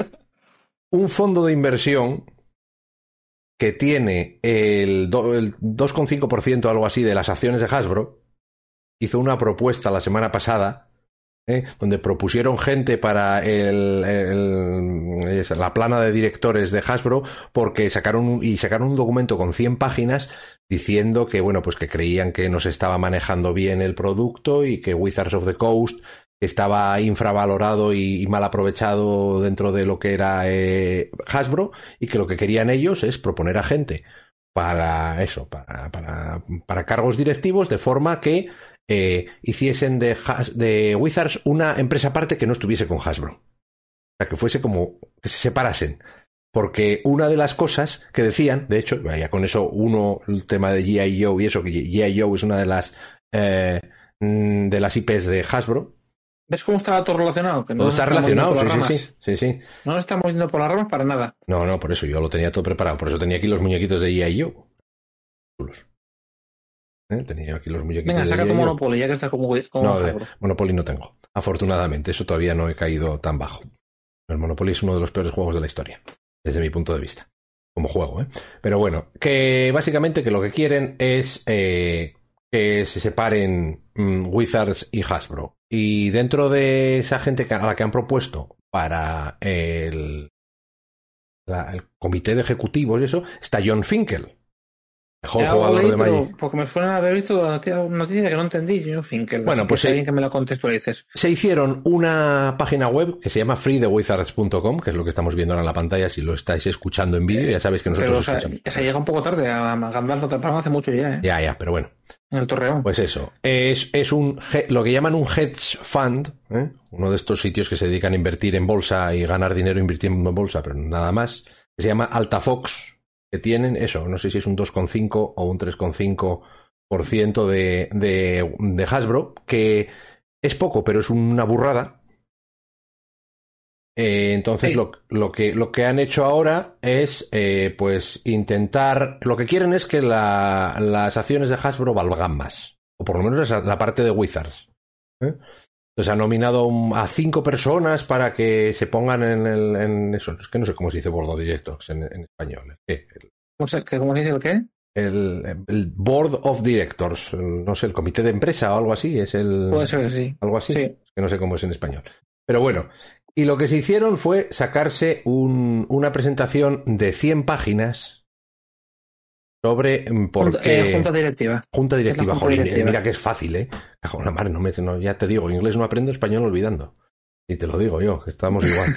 un fondo de inversión que tiene el, el dos coma cinco por ciento o algo así de las acciones de Hasbro, hizo una propuesta la semana pasada, ¿eh? donde propusieron gente para el, el, la plana de directores de Hasbro, porque sacaron y sacaron un documento con cien páginas diciendo que bueno, pues que creían que no se estaba manejando bien el producto y que Wizards of the Coast estaba infravalorado y, y mal aprovechado dentro de lo que era eh, Hasbro, y que lo que querían ellos es proponer a gente para eso, para, para, para cargos directivos, de forma que eh, hiciesen de, de Wizards una empresa aparte que no estuviese con Hasbro. O sea, que fuese como que se separasen. Porque una de las cosas que decían, de hecho, vaya, con eso uno, el tema de G I. Joe y eso, que G I. Joe es una de las eh, de las I Pes de Hasbro. ¿Ves cómo está todo relacionado? Que no todo está relacionado, sí, sí, sí, sí, sí. No nos estamos yendo por las ramas para nada. No, no, por eso yo lo tenía todo preparado. Por eso tenía aquí los muñequitos de G I. Joe. ¿Eh? Tenía aquí los muñequitos. Venga, de saca G I. tu Joe. Monopoly, ya que estás como, como no, de, Monopoly no tengo. Afortunadamente, eso todavía no he caído tan bajo. El Monopoly es uno de los peores juegos de la historia, desde mi punto de vista. Como juego, ¿eh? Pero bueno, que básicamente que lo que quieren es eh, que se separen um, Wizards y Hasbro. Y dentro de esa gente a la que han propuesto para el, la, el comité de ejecutivos y eso, está John Finkel. Mejor Ya jugador leí, de pero Magic. porque me suena haber visto la noticia, una noticia que no entendí, yo, Finkel. Bueno, Así pues que sí. alguien que me la contextualices. Se hicieron una página web que se llama free the wizards punto com, que es lo que estamos viendo ahora en la pantalla. Si lo estáis escuchando en vídeo, ya sabéis que nosotros Pero o sea, escuchamos. esa llega un poco tarde. A Gandalf no te pagan hace mucho ya, ¿eh? Ya, ya, pero bueno. En el Torreón. Pues eso. Es, es un lo que llaman un hedge fund, ¿eh? Uno de estos sitios que se dedican a invertir en bolsa y ganar dinero invirtiendo en bolsa, pero nada más. Se llama Altafox, que tienen eso, no sé si es un dos coma cinco o un tres coma cinco por ciento de, de, de Hasbro, que es poco, pero es una burrada. Eh, entonces Sí. lo, lo, que, lo que han hecho ahora es eh, pues intentar, lo que quieren es que la, las acciones de Hasbro valgan más, o por lo menos esa, la parte de Wizards, ¿eh? Entonces han nominado un, a cinco personas para que se pongan en, el, en eso, es que no sé cómo se dice board of directors en, en español. ¿Eh? El, ¿Cómo se, ¿Cómo se dice el qué? el, el board of directors, el, no sé, el comité de empresa o algo así, es el... Puede ser que sí. Algo así, Sí. es que no sé cómo es en español. Pero bueno, y lo que se hicieron fue sacarse un, una presentación de cien páginas sobre por Junta, qué... eh, junta directiva. Junta directiva, junta jolín, directiva. mira que es fácil, ¿eh? Cajo la mar, no me, no, ya te digo, inglés no aprendo, español olvidando. Y te lo digo yo, que estamos igual.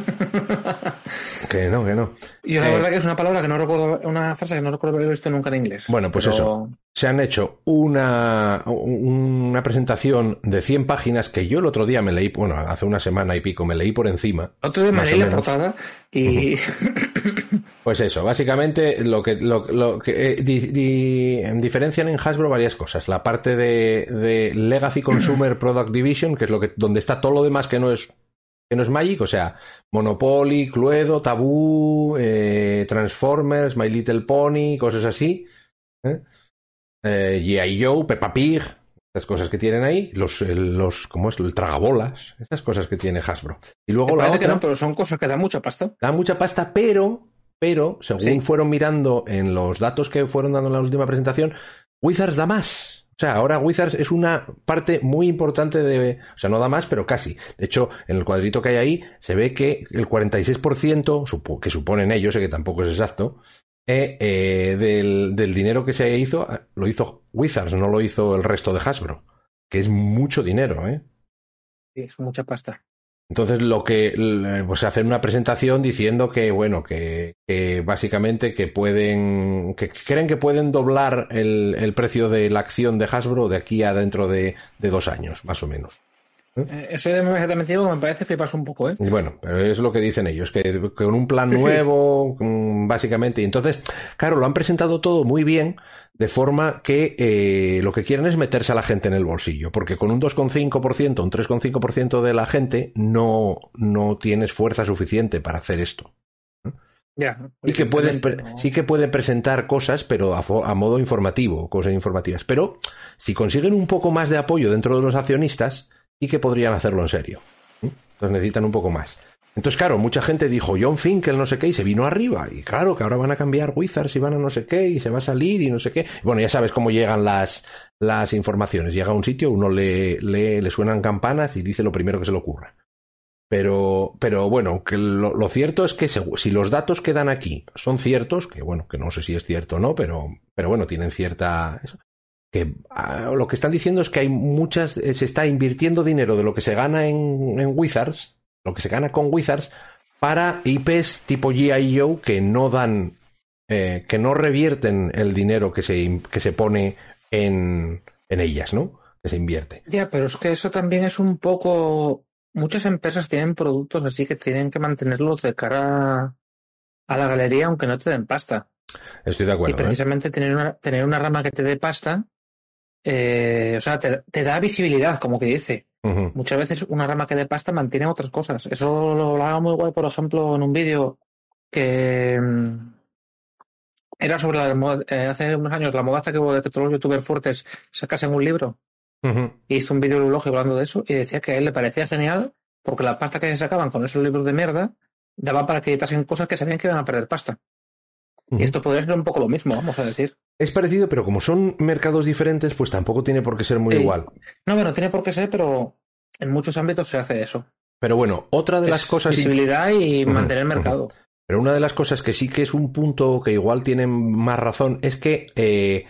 Que no, que no. Yo la Eh, verdad que es una palabra que no recuerdo, una frase que no recuerdo haber visto nunca en inglés. Bueno, pues pero... eso. Se han hecho una, una presentación de cien páginas que yo el otro día me leí, bueno, hace una semana y pico me leí por encima. Otro día me más leí o la menos. portada y... Uh-huh. Pues eso, básicamente lo que, lo, lo que eh, di, di, diferencian en Hasbro varias cosas. La parte de, de Legacy Consumer Product Division, que es lo que, donde está todo lo demás que no es que no es Magic, o sea, Monopoly, Cluedo, Tabú, eh, Transformers, My Little Pony, cosas así. ¿Eh? Eh, G I. Joe, Peppa Pig, estas cosas que tienen ahí, los, el, los ¿cómo es? El tragabolas, estas cosas que tiene Hasbro. Y luego Me la parece otra, que no, pero son cosas que dan mucha pasta. da mucha pasta, pero, pero, según Sí. fueron mirando en los datos que fueron dando en la última presentación, Wizards da más. O sea, ahora Wizards es una parte muy importante de... O sea, no da más, pero casi. De hecho, en el cuadrito que hay ahí, se ve que el cuarenta y seis por ciento, que suponen ellos, sé que tampoco es exacto, eh, eh, del, del dinero que se hizo, lo hizo Wizards, no lo hizo el resto de Hasbro. Que es mucho dinero, ¿eh? Sí, es mucha pasta. Entonces lo que pues hacen una presentación diciendo que bueno que, que básicamente que pueden que creen que pueden doblar el, el precio de la acción de Hasbro de aquí a dentro de, de dos años más o menos. ¿Eh? Eh, eso de me digo que me parece flipas un poco, ¿eh? Y bueno, pero es lo que dicen ellos, que con un plan nuevo, básicamente. Y entonces, claro, lo han presentado todo muy bien, de forma que eh, lo que quieren es meterse a la gente en el bolsillo, porque con un dos coma cinco por ciento, un tres coma cinco por ciento de la gente no, no tienes fuerza suficiente para hacer esto. Ya, y que puedes no. sí que pueden presentar cosas, pero a, a modo informativo, cosas informativas. Pero si consiguen un poco más de apoyo dentro de los accionistas, sí que podrían hacerlo en serio. Entonces necesitan un poco más. Entonces, claro, mucha gente dijo Jon Finkel no sé qué y se vino arriba. Y claro, que ahora van a cambiar Wizards y van a no sé qué y se va a salir y no sé qué. Bueno, ya sabes cómo llegan las, las informaciones. Llega a un sitio, uno le, le, le suenan campanas y dice lo primero que se le ocurra. Pero, pero bueno, que lo, lo cierto es que si los datos que dan aquí son ciertos, que bueno, que no sé si es cierto o no, pero, pero bueno, tienen cierta... Eso, que ah, lo que están diciendo es que hay muchas... Eh, se está invirtiendo dinero de lo que se gana en, en Wizards, lo que se gana con Wizards, para I Ps tipo G I. Joe que no dan... Eh, que no revierten el dinero que se, que se pone en, en ellas, ¿no? Que se invierte. Ya, pero es que eso también es un poco... Muchas empresas tienen productos así que tienen que mantenerlos de cara a la galería aunque no te den pasta. Estoy de acuerdo. Y precisamente ¿eh? tener, una, tener una rama que te dé pasta, eh, o sea, te, te da visibilidad, como que dice. Uh-huh. Muchas veces una rama que dé pasta mantiene otras cosas. Eso lo hablaba muy guay, por ejemplo, en un vídeo que um, era sobre la moda, eh, hace unos años la moda hasta que, que todos los youtubers fuertes sacasen un libro. Uh-huh. Hizo un vídeo blog hablando de eso y decía que a él le parecía genial porque la pasta que se sacaban con esos libros de mierda daba para que editasen cosas que sabían que iban a perder pasta. Uh-huh. Y esto podría ser un poco lo mismo, vamos a decir. Es parecido, pero como son mercados diferentes, pues tampoco tiene por qué ser muy sí. igual. No, bueno, tiene por qué ser, pero en muchos ámbitos se hace eso. Pero bueno, otra de es las cosas... visibilidad y uh-huh. mantener el mercado. Uh-huh. Pero una de las cosas que sí que es un punto que igual tienen más razón es que, eh,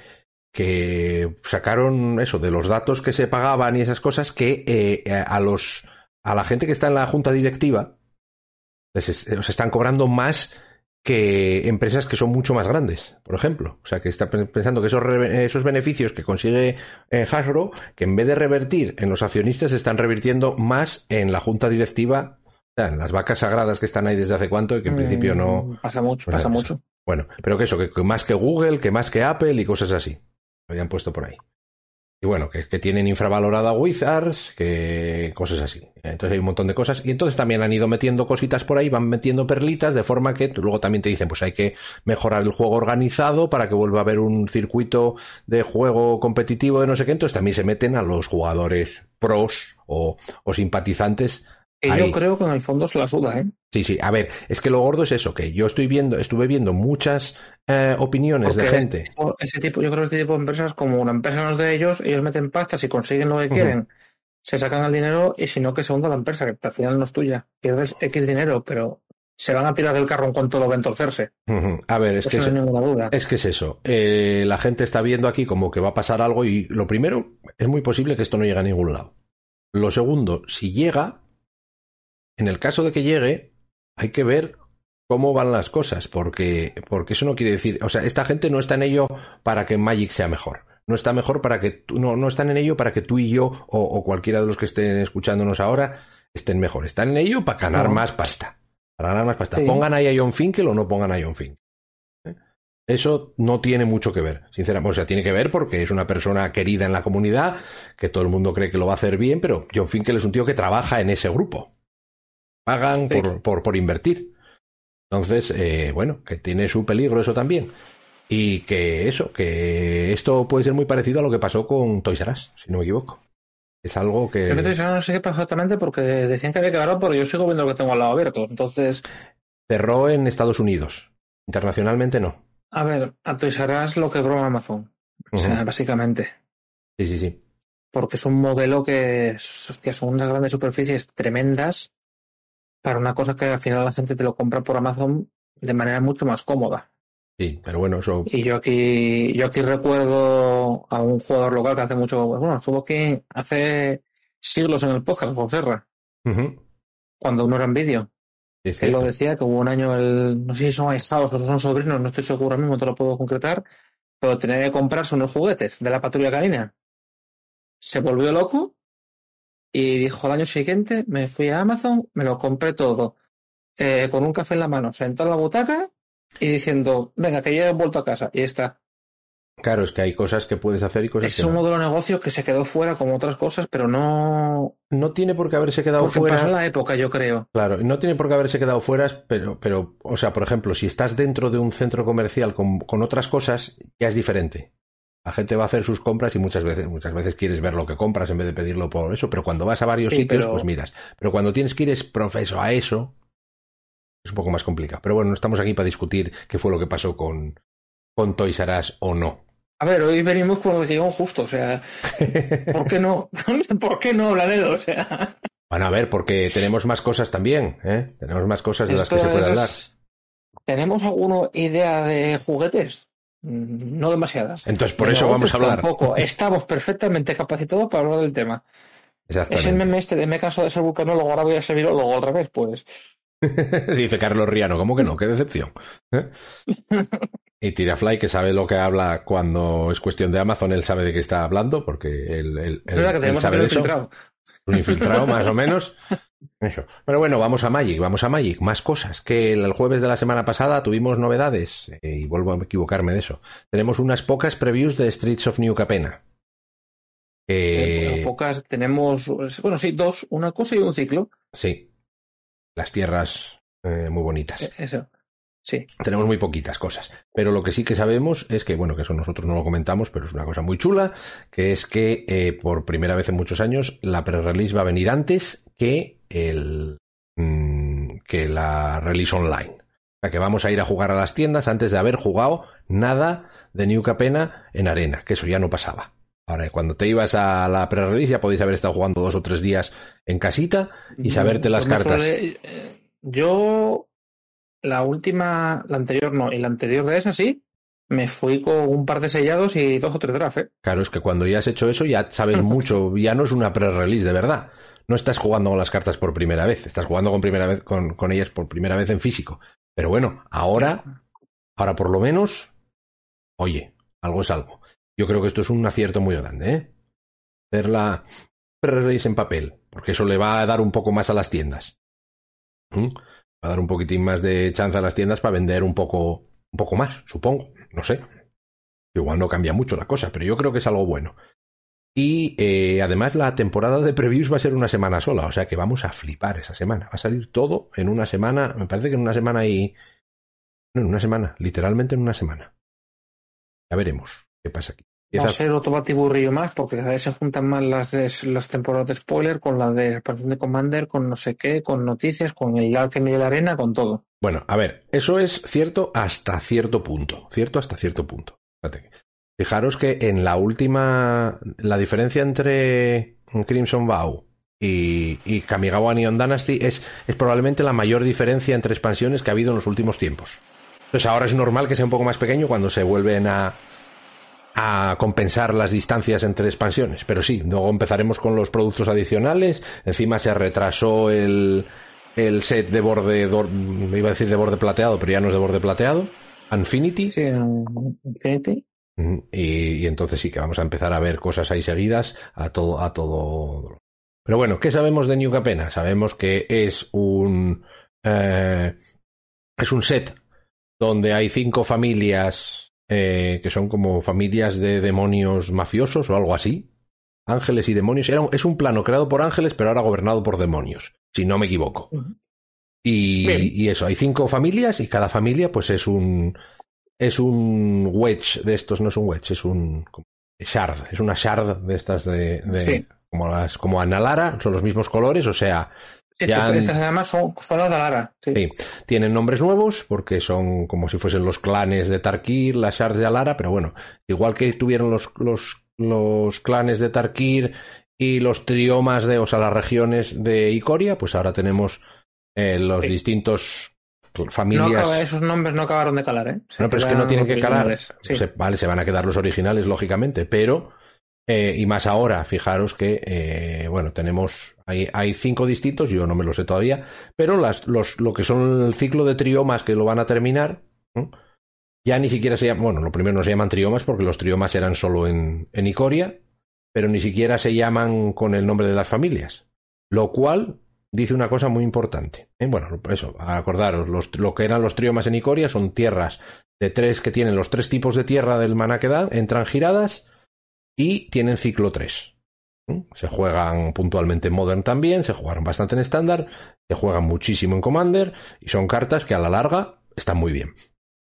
que sacaron eso de los datos que se pagaban y esas cosas que eh, a los a la gente que está en la junta directiva les os están cobrando más que empresas que son mucho más grandes, por ejemplo. O sea, que está pensando que esos, re, esos beneficios que consigue eh, Hasbro, que en vez de revertir en los accionistas, están revirtiendo más en la junta directiva, o sea, en las vacas sagradas que están ahí desde hace cuánto y que en mm, principio no... Pasa mucho, pues pasa mucho. Bueno, pero que eso, que, que más que Google, que más que Apple y cosas así. Lo habían puesto por ahí. Y bueno, que, que tienen infravalorada Wizards, que cosas así. Entonces hay un montón de cosas. Y entonces también han ido metiendo cositas por ahí, van metiendo perlitas, de forma que luego también te dicen, pues hay que mejorar el juego organizado para que vuelva a haber un circuito de juego competitivo de no sé qué. Entonces también se meten a los jugadores pros o, o simpatizantes. Y yo creo que en el fondo se la suda, ¿eh? Sí, sí. A ver, es que lo gordo es eso, que yo estoy viendo, estuve viendo muchas eh, opiniones Porque de gente. Ese tipo, yo creo que este tipo de empresas, como una empresa no es de ellos, ellos meten pastas y consiguen lo que quieren, uh-huh. se sacan el dinero y si no que se hunda la empresa, que al final no es tuya. Pierdes X dinero, pero se van a tirar del carro en cuanto lo ven torcerse. Uh-huh. A ver, es eso que no es, hay ninguna duda. Es que es eso. Eh, la gente está viendo aquí como que va a pasar algo y lo primero, es muy posible que esto no llegue a ningún lado. Lo segundo, si llega, en el caso de que llegue, hay que ver cómo van las cosas, porque, porque eso no quiere decir, o sea, esta gente no está en ello para que Magic sea mejor, no está mejor para que tú, no, no están en ello para que tú y yo o, o cualquiera de los que estén escuchándonos ahora estén mejor, están en ello para ganar no. más pasta, para ganar más pasta, sí. Pongan ahí a Jon Finkel o no pongan a Jon Finkel. ¿Eh? Eso no tiene mucho que ver, sinceramente, o sea, tiene que ver porque es una persona querida en la comunidad, que todo el mundo cree que lo va a hacer bien, pero Jon Finkel es un tío que trabaja en ese grupo. Pagan sí. por, por, por invertir. Entonces, eh, bueno, que tiene su peligro eso también. Y que eso, que esto puede ser muy parecido a lo que pasó con Toys R Us, si no me equivoco. Es algo que... Yo que Toys R Us no sé qué pasó exactamente porque decían que había quebrado, pero yo sigo viendo lo que tengo al lado abierto. Entonces... Cerró en Estados Unidos. Internacionalmente no. A ver, a Toys R Us lo quebró Amazon. O sea, uh-huh. básicamente. Sí, sí, sí. Porque es un modelo que, hostia, son unas grandes superficies tremendas para una cosa que al final la gente te lo compra por Amazon de manera mucho más cómoda. Sí, pero bueno, eso... Y yo aquí yo aquí recuerdo a un jugador local que hace mucho... Bueno, estuvo aquí hace siglos en el podcast, José Serra, uh-huh. cuando uno era en vídeo. Es Él lo decía, que hubo un año, el no sé si son ahijados o son sobrinos, no estoy seguro ahora mismo, te lo puedo concretar, pero tenía que comprarse unos juguetes de la patrulla canina. Se volvió loco y dijo, al año siguiente me fui a Amazon, me lo compré todo, eh, con un café en la mano, sentado en la butaca y diciendo, venga, que ya he vuelto a casa. Y está. Claro, es que hay cosas que puedes hacer y cosas es que no. Es un modelo de negocio que se quedó fuera como otras cosas, pero no... No tiene por qué haberse quedado Porque fuera. pasó la época, yo creo. Claro, no tiene por qué haberse quedado fuera, pero, pero, o sea, por ejemplo, si estás dentro de un centro comercial con, con otras cosas, ya es diferente. La gente va a hacer sus compras y muchas veces, muchas veces quieres ver lo que compras en vez de pedirlo por eso, pero cuando vas a varios sí, sitios, pero... pues miras. Pero cuando tienes que ir es profeso a eso, es un poco más complicado. Pero bueno, no estamos aquí para discutir qué fue lo que pasó con, con Toys R Us o no. A ver, hoy venimos con el guión justo, o sea, ¿por qué no? ¿Por qué no, Blanedo? O sea... Bueno, a ver, porque tenemos más cosas también, ¿eh? Tenemos más cosas de las que se puede hablar. ¿Tenemos alguna idea de juguetes? No demasiadas. Entonces, por eso vamos a hablar. Tampoco. Estamos perfectamente capacitados para hablar del tema. Exactamente. Es el meme este de me canso de ser vulcanólogo, ahora voy a ser virólogo al revés, pues. Dice Carlos Riano, ¿cómo que no? Qué decepción. ¿Eh? Y Tirafly, que sabe lo que habla cuando es cuestión de Amazon, él sabe de qué está hablando, porque él, él, él, que tenemos él sabe de eso. Infiltrado. Un infiltrado, más o menos. Eso. Pero bueno, vamos a Magic, vamos a Magic. Más cosas. Que el jueves de la semana pasada tuvimos novedades. Eh, y vuelvo a equivocarme de eso. Tenemos unas pocas previews de Streets of New Capenna. Eh, bueno, pocas, tenemos, bueno, sí, dos, una cosa y un ciclo. Sí. Las tierras eh, muy bonitas. Eh, eso. Sí. Tenemos muy poquitas cosas, pero lo que sí que sabemos es que, bueno, que eso nosotros no lo comentamos, pero es una cosa muy chula, que es que eh, por primera vez en muchos años la pre-release va a venir antes que el mmm, que la release online. O sea, que vamos a ir a jugar a las tiendas antes de haber jugado nada de New Capenna en arena, que eso ya no pasaba. Ahora, cuando te ibas a la pre-release ya podéis haber estado jugando dos o tres días en casita y saberte las pues cartas. Suele, eh, yo... la última, la anterior no, y la anterior de esa sí, me fui con un par de sellados y dos o tres drafts, ¿eh? Claro, es que cuando ya has hecho eso ya sabes mucho, ya no es una pre-release de verdad. No estás jugando con las cartas por primera vez, estás jugando con primera vez con, con ellas por primera vez en físico. Pero bueno, ahora, ahora por lo menos, oye, algo es algo. Yo creo que esto es un acierto muy grande, ¿eh? Hacer la pre-release en papel, porque eso le va a dar un poco más a las tiendas. ¿Mm? Va a dar un poquitín más de chance a las tiendas para vender un poco, un poco más, supongo. No sé. Igual no cambia mucho la cosa, pero yo creo que es algo bueno. Y eh, además la temporada de previews va a ser una semana sola, o sea que vamos a flipar esa semana. Va a salir todo en una semana, me parece que en una semana y... No, en una semana, literalmente en una semana. Ya veremos qué pasa aquí. Va a ser otro batiburrillo más, porque cada vez se juntan más las, de, las temporadas de spoiler con la de expansión de Commander, con no sé qué, con noticias, con el Alchemy de la Arena, con todo. Bueno, a ver, eso es cierto hasta cierto punto. Cierto hasta cierto punto. Fíjate. Fijaros que en la última... La diferencia entre Crimson Vow y, y Kamigawa Neon Dynasty es, es probablemente la mayor diferencia entre expansiones que ha habido en los últimos tiempos. Entonces ahora es normal que sea un poco más pequeño cuando se vuelven a... a compensar las distancias entre expansiones, pero sí, luego empezaremos con los productos adicionales. Encima se retrasó el, el set de borde, me iba a decir de borde plateado, pero ya no es de borde plateado, Infinity. Sí, Infinity. Y, y entonces sí que vamos a empezar a ver cosas ahí seguidas a todo, a todo. Pero bueno, ¿qué sabemos de New Capenna? Sabemos que es un eh, es un set donde hay cinco familias eh, que son como familias de demonios mafiosos o algo así. Ángeles y demonios. Era un, es un plano creado por ángeles, pero ahora gobernado por demonios, si no me equivoco. Uh-huh. Y, y eso, hay cinco familias y cada familia pues es un es un wedge de estos, no es un wedge, es un shard, es una shard de estas de, de sí. como las como Analara, son los mismos colores, o sea, estas, han, estas además son, son las de Alara. Sí. Sí, tienen nombres nuevos porque son como si fuesen los clanes de Tarkir, las shards de Alara, pero bueno, igual que tuvieron los los los clanes de Tarkir y los triomas de, o sea, las regiones de Ikoria, pues ahora tenemos eh, los sí. distintos familias. No acaba, esos nombres no acabaron de calar, ¿eh? Se no, pero es que no tienen que calar. Sí. Se, vale, se van a quedar los originales, lógicamente, pero eh, y más ahora, fijaros que eh, bueno, tenemos hay, hay cinco distintos, yo no me lo sé todavía, pero las, los, lo que son el ciclo de triomas que lo van a terminar, ¿no? Ya ni siquiera se llaman, bueno, lo primero no se llaman triomas porque los triomas eran solo en, en Ikoria, pero ni siquiera se llaman con el nombre de las familias, lo cual dice una cosa muy importante. ¿eh? Bueno, eso, acordaros, los, lo que eran los triomas en Ikoria son tierras de tres que tienen los tres tipos de tierra del maná que dan, entran giradas y tienen ciclo tres. ¿eh? Se juegan puntualmente en Modern también, se jugaron bastante en estándar, se juegan muchísimo en Commander y son cartas que a la larga están muy bien.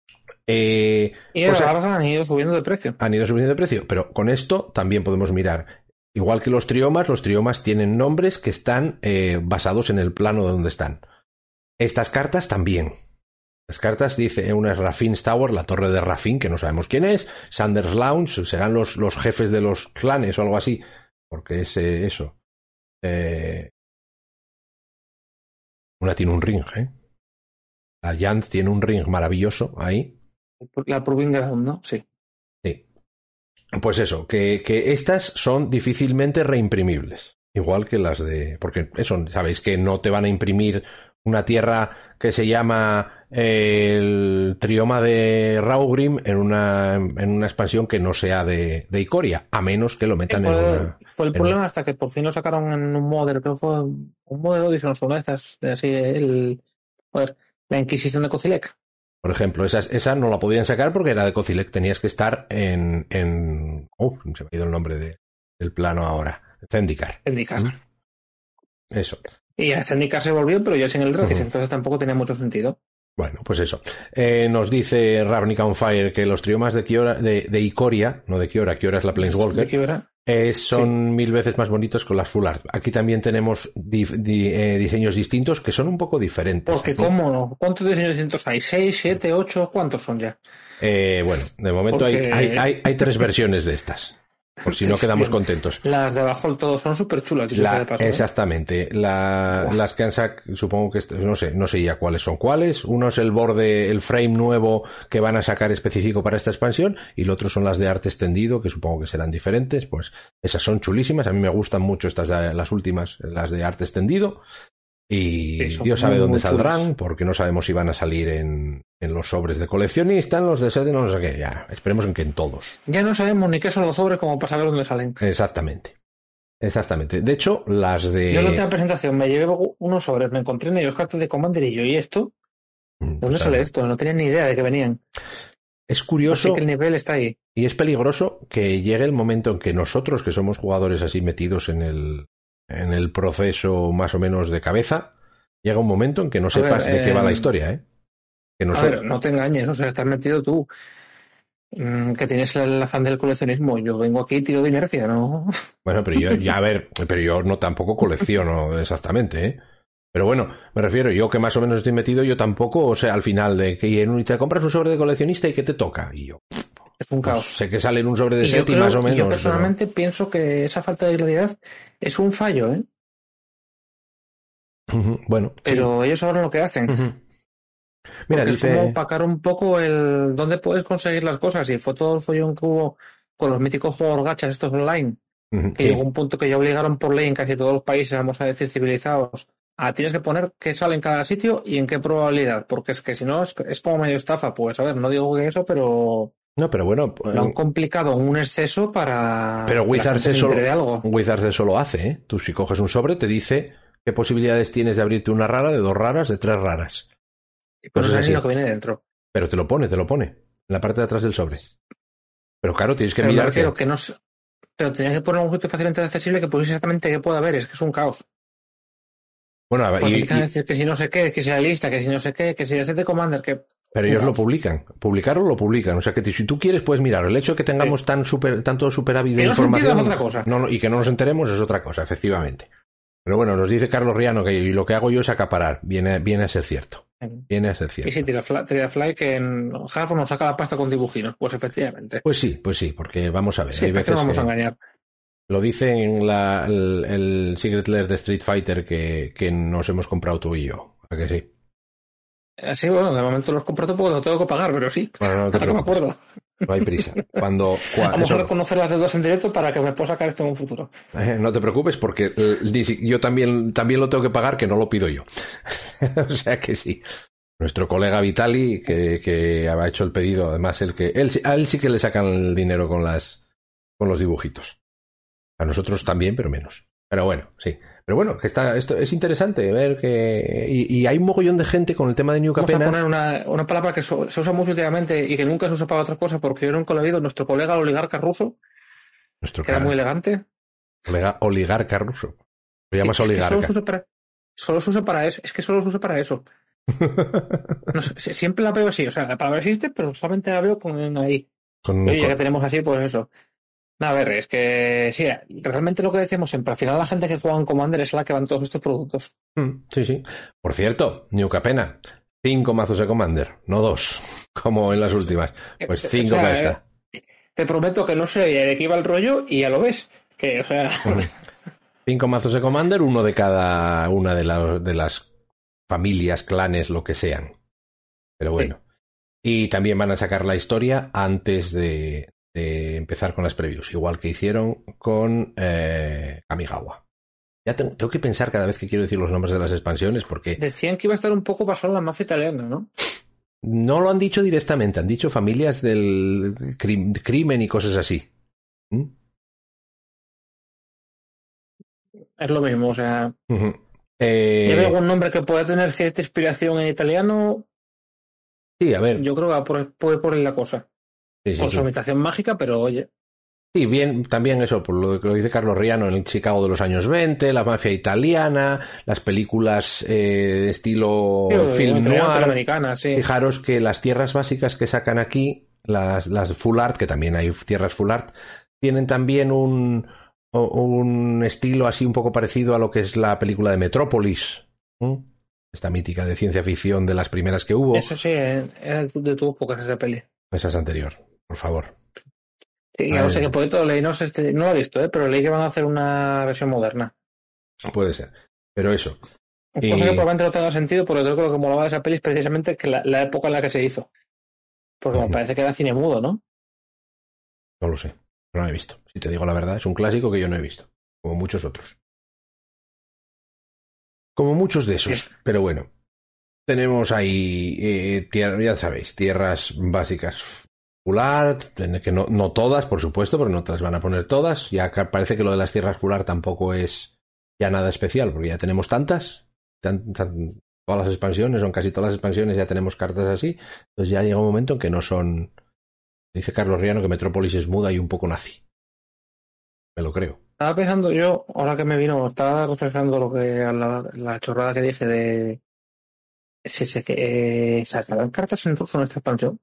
Eh, y a la larga han ido subiendo de precio. Han ido subiendo de precio, pero con esto también podemos mirar. Igual que los triomas, los triomas tienen nombres que están eh, basados en el plano de donde están. Estas cartas también. Las cartas dice, una es Raffin's Tower, la torre de Raffin, que no sabemos quién es. Sanders Lounge, serán los, los jefes de los clanes o algo así. Porque es eh, eso. Eh... Una tiene un ring, ¿eh? La Yant tiene un ring maravilloso ahí. La Proving Ground, ¿no? Sí. Sí. Pues eso, que, que estas son difícilmente reimprimibles. Igual que las de... Porque eso, sabéis que no te van a imprimir una tierra que se llama eh, el trioma de Raugrim en una, en una expansión que no sea de, de Ikoria, a menos que lo metan fue, en una... Fue el problema un... hasta que por fin lo sacaron en un modelo, creo que fue un modelo de una de estas, así, el... Joder, la Inquisición de Kozilek. Por ejemplo, esa, esa no la podían sacar porque era de Kozilek, tenías que estar en... en oh, se me ha ido el nombre de, del plano ahora. Zendikar. Zendikar. ¿Mm? Eso. Y a Zendikar se volvió, pero ya sin el Dracis, uh-huh. Entonces tampoco tenía mucho sentido. Bueno, pues eso. Eh, nos dice Ravnica on Fire que los triomas de, Kiora, de, de Ikoria, no de Kiora, Kiora es la Planeswalker, eh, son sí. mil veces más bonitos con las Full Art. Aquí también tenemos di, di, eh, diseños distintos que son un poco diferentes. Porque, aquí. ¿Cómo no? ¿Cuántos diseños distintos hay? ¿Seis, siete, ocho? ¿Cuántos son ya? Eh, bueno, de momento Porque... hay, hay, hay, hay tres versiones de estas. por si no quedamos contentos. Las de abajo del todo son súper chulas. La, exactamente. La, las que han sacado, supongo que, no sé, no sé ya cuáles son cuáles. Uno es el borde, el frame nuevo que van a sacar específico para esta expansión, y el otro son las de arte extendido, que supongo que serán diferentes. Pues esas son chulísimas. A mí me gustan mucho estas, de, las últimas, las de arte extendido. Y sí, Dios sabe dónde saldrán, chulas. Porque no sabemos si van a salir en, en los sobres de coleccionista, en los de serie, no sé qué. Ya, esperemos en que en todos. Ya no sabemos ni qué son los sobres como para saber dónde salen. Exactamente. Exactamente. De hecho, las de... Yo en otra presentación me llevé unos sobres, me encontré en ellos cartas de Commander y yo, ¿y esto? ¿De dónde pues sale esto? No tenía ni idea de que venían. Es curioso. Así que el nivel está ahí. Y es peligroso que llegue el momento en que nosotros, que somos jugadores así metidos en el, en el proceso más o menos de cabeza, llega un momento en que no sepas ver, de qué eh, va la historia, ¿eh? Que no, a so... ver, no te engañes, o sea, estás metido tú. Que tienes el afán del coleccionismo. Yo vengo aquí y tiro de inercia, ¿no? Bueno, pero yo, ya a ver, pero yo no tampoco colecciono exactamente, ¿eh? Pero bueno, me refiero, yo que más o menos estoy metido, yo tampoco, o sea, al final de que te compras un sobre de coleccionista y ¿qué te toca? Y yo... Es un caos. Pues sé que sale en un sobre de y set y creo, más o menos. Yo personalmente pero... pienso que esa falta de claridad es un fallo, ¿eh? Uh-huh, bueno. Pero sí. ellos saben lo que hacen. Uh-huh. Mira, dice... es como opacar un poco el dónde puedes conseguir las cosas, y fue todo el follón que hubo con los míticos juegos gachas estos online, uh-huh, que sí. llegó un punto que ya obligaron por ley en casi todos los países, vamos a decir civilizados, a tienes que poner qué sale en cada sitio y en qué probabilidad, porque es que si no es, es como medio estafa. Pues a ver, no digo que eso, pero no, pero bueno, lo han complicado un exceso para pero Wizards se solo, de algo. Wizards eso lo hace, ¿eh? Tú si coges un sobre te dice qué posibilidades tienes de abrirte una rara, de dos raras, de tres raras. Pues no sé lo que viene dentro. Pero te lo pone, te lo pone. En la parte de atrás del sobre. Pero claro, tienes que pero mirar que... que... no, pero tenías que poner un sitio fácilmente accesible que pusiese exactamente qué puede haber. Es que es un caos. Bueno, a ver... Y, y... decir que si no sé qué, que si la lista, que si no sé qué, que si el set de Commander, que... Pero ellos lo publican. Publicarlo lo publican. O sea que si tú quieres puedes mirar. El hecho de que tengamos sí. tan super, tanto superávit de información... Es otra cosa. No, no, y que no nos enteremos es otra cosa, efectivamente. Pero bueno, nos dice Carlos Riano que lo que hago yo es acaparar. Viene, viene a ser cierto. Viene a ser cierto. Y si Tirafly que en Half nos saca la pasta con dibujinos. Pues efectivamente. Pues sí, pues sí, porque vamos a ver. Sí, hay veces no vamos que... a engañar. Lo dice en la, el, el Secret Lair de Street Fighter que, que nos hemos comprado tú y yo. ¿A que sí? Sí, bueno, de momento los compro todo porque lo tengo que pagar, pero sí. Bueno, no te preocupes. No me acuerdo. No hay prisa. Cuando, cuando Vamos eso... a reconocer las deudas en directo para que me pueda sacar esto en un futuro. Eh, no te preocupes porque eh, yo también, también lo tengo que pagar, que no lo pido yo. O sea que sí. Nuestro colega Vitali, que, que ha hecho el pedido, además el que él, a él sí que le sacan el dinero con las con los dibujitos. A nosotros también, pero menos. Pero bueno, sí. Pero bueno, que está, esto es interesante ver que... Y, y hay un mogollón de gente con el tema de New Capena. Vamos a poner una, una palabra que so, se usa mucho últimamente y que nunca se usa para otra cosa, porque yo nunca lo he oído. Nuestro colega el oligarca ruso, nuestro que era muy elegante. Colega oligarca ruso. Lo llamas sí, oligarca. Solo se, usa para, solo se usa para eso. Es que solo se usa para eso. No sé, siempre la veo así. O sea, la palabra existe, pero solamente la veo con ahí. Con, Oye, con... ya que tenemos así, pues eso. A ver, es que sí, realmente lo que decíamos siempre, al final la gente que juega en Commander es la que van todos estos productos. Mm, sí, sí. Por cierto, New Capena, cinco mazos de Commander, no dos, como en las últimas. Pues cinco o sea, para esta. Eh, te prometo que no sé de qué iba el rollo y ya lo ves. Que, o sea... Cinco mazos de Commander, uno de cada una de, la, de las familias, clanes, lo que sean. Pero bueno. Sí. Y también van a sacar la historia antes de... de empezar con las previews, igual que hicieron con eh, Kamigawa. Ya tengo, tengo que pensar cada vez que quiero decir los nombres de las expansiones porque... Decían que iba a estar un poco basado en la mafia italiana, ¿no? No lo han dicho directamente, han dicho familias del crim, crimen y cosas así. ¿Mm? Es lo mismo, o sea... Uh-huh. Eh... ¿Lleva algún nombre que pueda tener cierta inspiración en italiano? Sí, a ver. Yo creo que puede por, por ahí la cosa. Sí, sí, por sí. su habitación mágica, pero oye... Sí, bien, también eso, por lo que lo dice Carlos Riano, en el Chicago de los años veinte, la mafia italiana, las películas eh, estilo sí, film noir. Americana, sí. Fijaros que las tierras básicas que sacan aquí, las, las full art, que también hay tierras full art, tienen también un, un estilo así un poco parecido a lo que es la película de Metrópolis, ¿Mm? Esta mítica de ciencia ficción de las primeras que hubo. Eso sí, era de tu época esa peli. Esa es anterior, por favor. Sí, ya no sé qué proyecto leí, no sé, este, no lo he visto, ¿eh? Pero leí que van a hacer una versión moderna. Puede ser. Pero eso. Cosa Y... que probablemente no tenga sentido, porque creo que lo que molaba de esa peli es precisamente que la, la época en la que se hizo. Porque me parece que era cine mudo, ¿no? No lo sé. No lo he visto. Si te digo la verdad, es un clásico que yo no he visto. Como muchos otros. Como muchos de esos. Sí. Pero bueno. Tenemos ahí, eh, tierra, ya sabéis, tierras básicas full art, que no, no todas, por supuesto, porque no te las van a poner todas. Ya parece que lo de las tierras full art tampoco es ya nada especial, porque ya tenemos tantas, tan, tan, todas las expansiones, son casi todas las expansiones, ya tenemos cartas así. Entonces ya llega un momento en que no son... Dice Carlos Riano que Metrópolis es muda y un poco nazi. Me lo creo. Estaba pensando yo, ahora que me vino, estaba reflexionando lo que la, la chorrada que dije de si se que eh, sacarán cartas en ruso en esta expansión,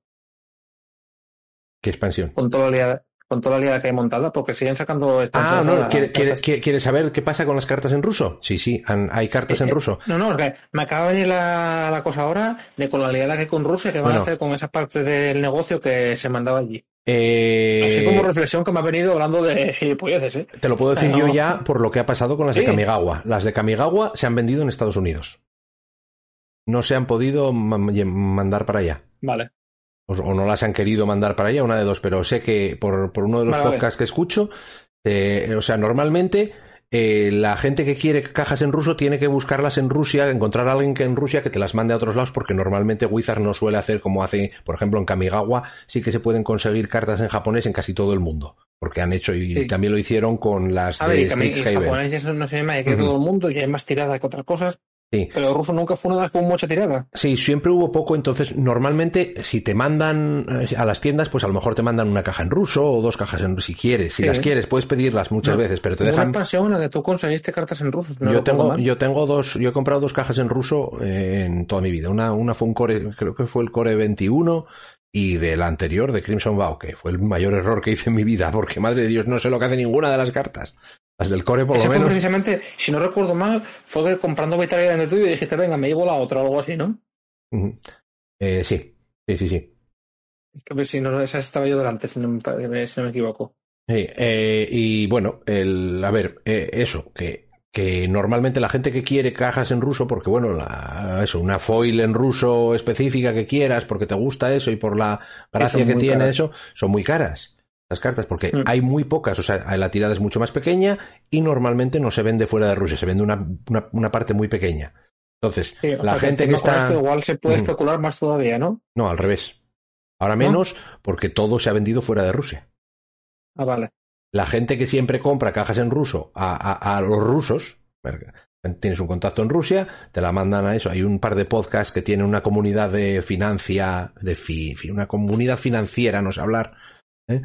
¿Qué expansión? con toda la liada, con toda la liada que hay montada, porque siguen sacando Ah, expansiones no, ahora. ¿quiere, quiere, Cartas... ¿quieres saber qué pasa con las cartas en ruso? Sí, sí, han, hay cartas Eh, en eh, ruso. no, no, es que me acaba de venir la, la cosa ahora de con la liada que hay con Rusia, que van Bueno, a hacer con esa parte del negocio que se mandaba allí. Así como eh, reflexión que me ha venido hablando de gilipolleces, ¿eh? te lo puedo decir yo No. ya por lo que ha pasado con las de Sí, Kamigawa. Las de Kamigawa se han vendido en Estados Unidos. No se han podido ma- mandar para allá. vale, O, o no las han querido mandar para allá, una de dos. Pero sé que por, por uno de los vale, vale. podcasts que escucho, eh, o sea, normalmente eh, la gente que quiere cajas en ruso tiene que buscarlas en Rusia, encontrar a alguien que en Rusia que te las mande a otros lados, porque normalmente Wizard no suele hacer como hace, por ejemplo, en Kamigawa, sí que se pueden conseguir cartas en japonés en casi todo el mundo. Porque han hecho, y Sí. también lo hicieron con las A ver, y, de también, y Strixhaven. japonés eso no se llama, hay que Uh-huh. todo el mundo, y hay más tirada que otras cosas. Sí. Pero el ruso nunca fue una con mucha tirada. Sí, siempre hubo poco, entonces normalmente si te mandan eh, a las tiendas, pues a lo mejor te mandan una caja en ruso o dos cajas en ruso, si quieres, si Sí. las quieres, puedes pedirlas muchas No, veces, pero te hubo dejan... una expansión en la que tú conseguiste cartas en ruso, si no yo recuerdo tengo, mal. yo tengo dos, yo he comprado dos cajas en ruso eh, en toda mi vida. Una, una fue un core, creo que fue el Core veintiuno, y de la anterior, de Crimson Vow, que fue el mayor error que hice en mi vida, porque madre de Dios, no sé lo que hace ninguna de las cartas. Las del Core, por Ese lo fue menos. precisamente, si no recuerdo mal, fue que comprando vitalidad en el tuyo y dijiste, venga, me llevo la otra o algo así, ¿no? Uh-huh. Eh, sí, sí, sí, sí. Es que si no, esa estaba yo delante, si no me, si no me equivoco. Sí, eh, y bueno, el, a ver, eh, eso, que, que normalmente la gente que quiere cajas en ruso, porque bueno, la, eso, una foil en ruso específica que quieras, porque te gusta eso y por la gracia que tiene caras. eso, son muy caras las cartas, porque Mm. hay muy pocas, o sea, la tirada es mucho más pequeña y normalmente no se vende fuera de Rusia, se vende una, una, una parte muy pequeña. Entonces, Sí, o la sea, gente que que con está... esto igual se puede Uh-huh. especular más todavía, ¿no? No, al revés. Ahora ¿No? menos, porque todo se ha vendido fuera de Rusia. Ah, vale. La gente que siempre compra cajas en ruso a, a, a los rusos, tienes un contacto en Rusia, te la mandan a eso. Hay un par de podcasts que tienen una comunidad de financia, de fi, una comunidad financiera, no sé hablar, ¿eh?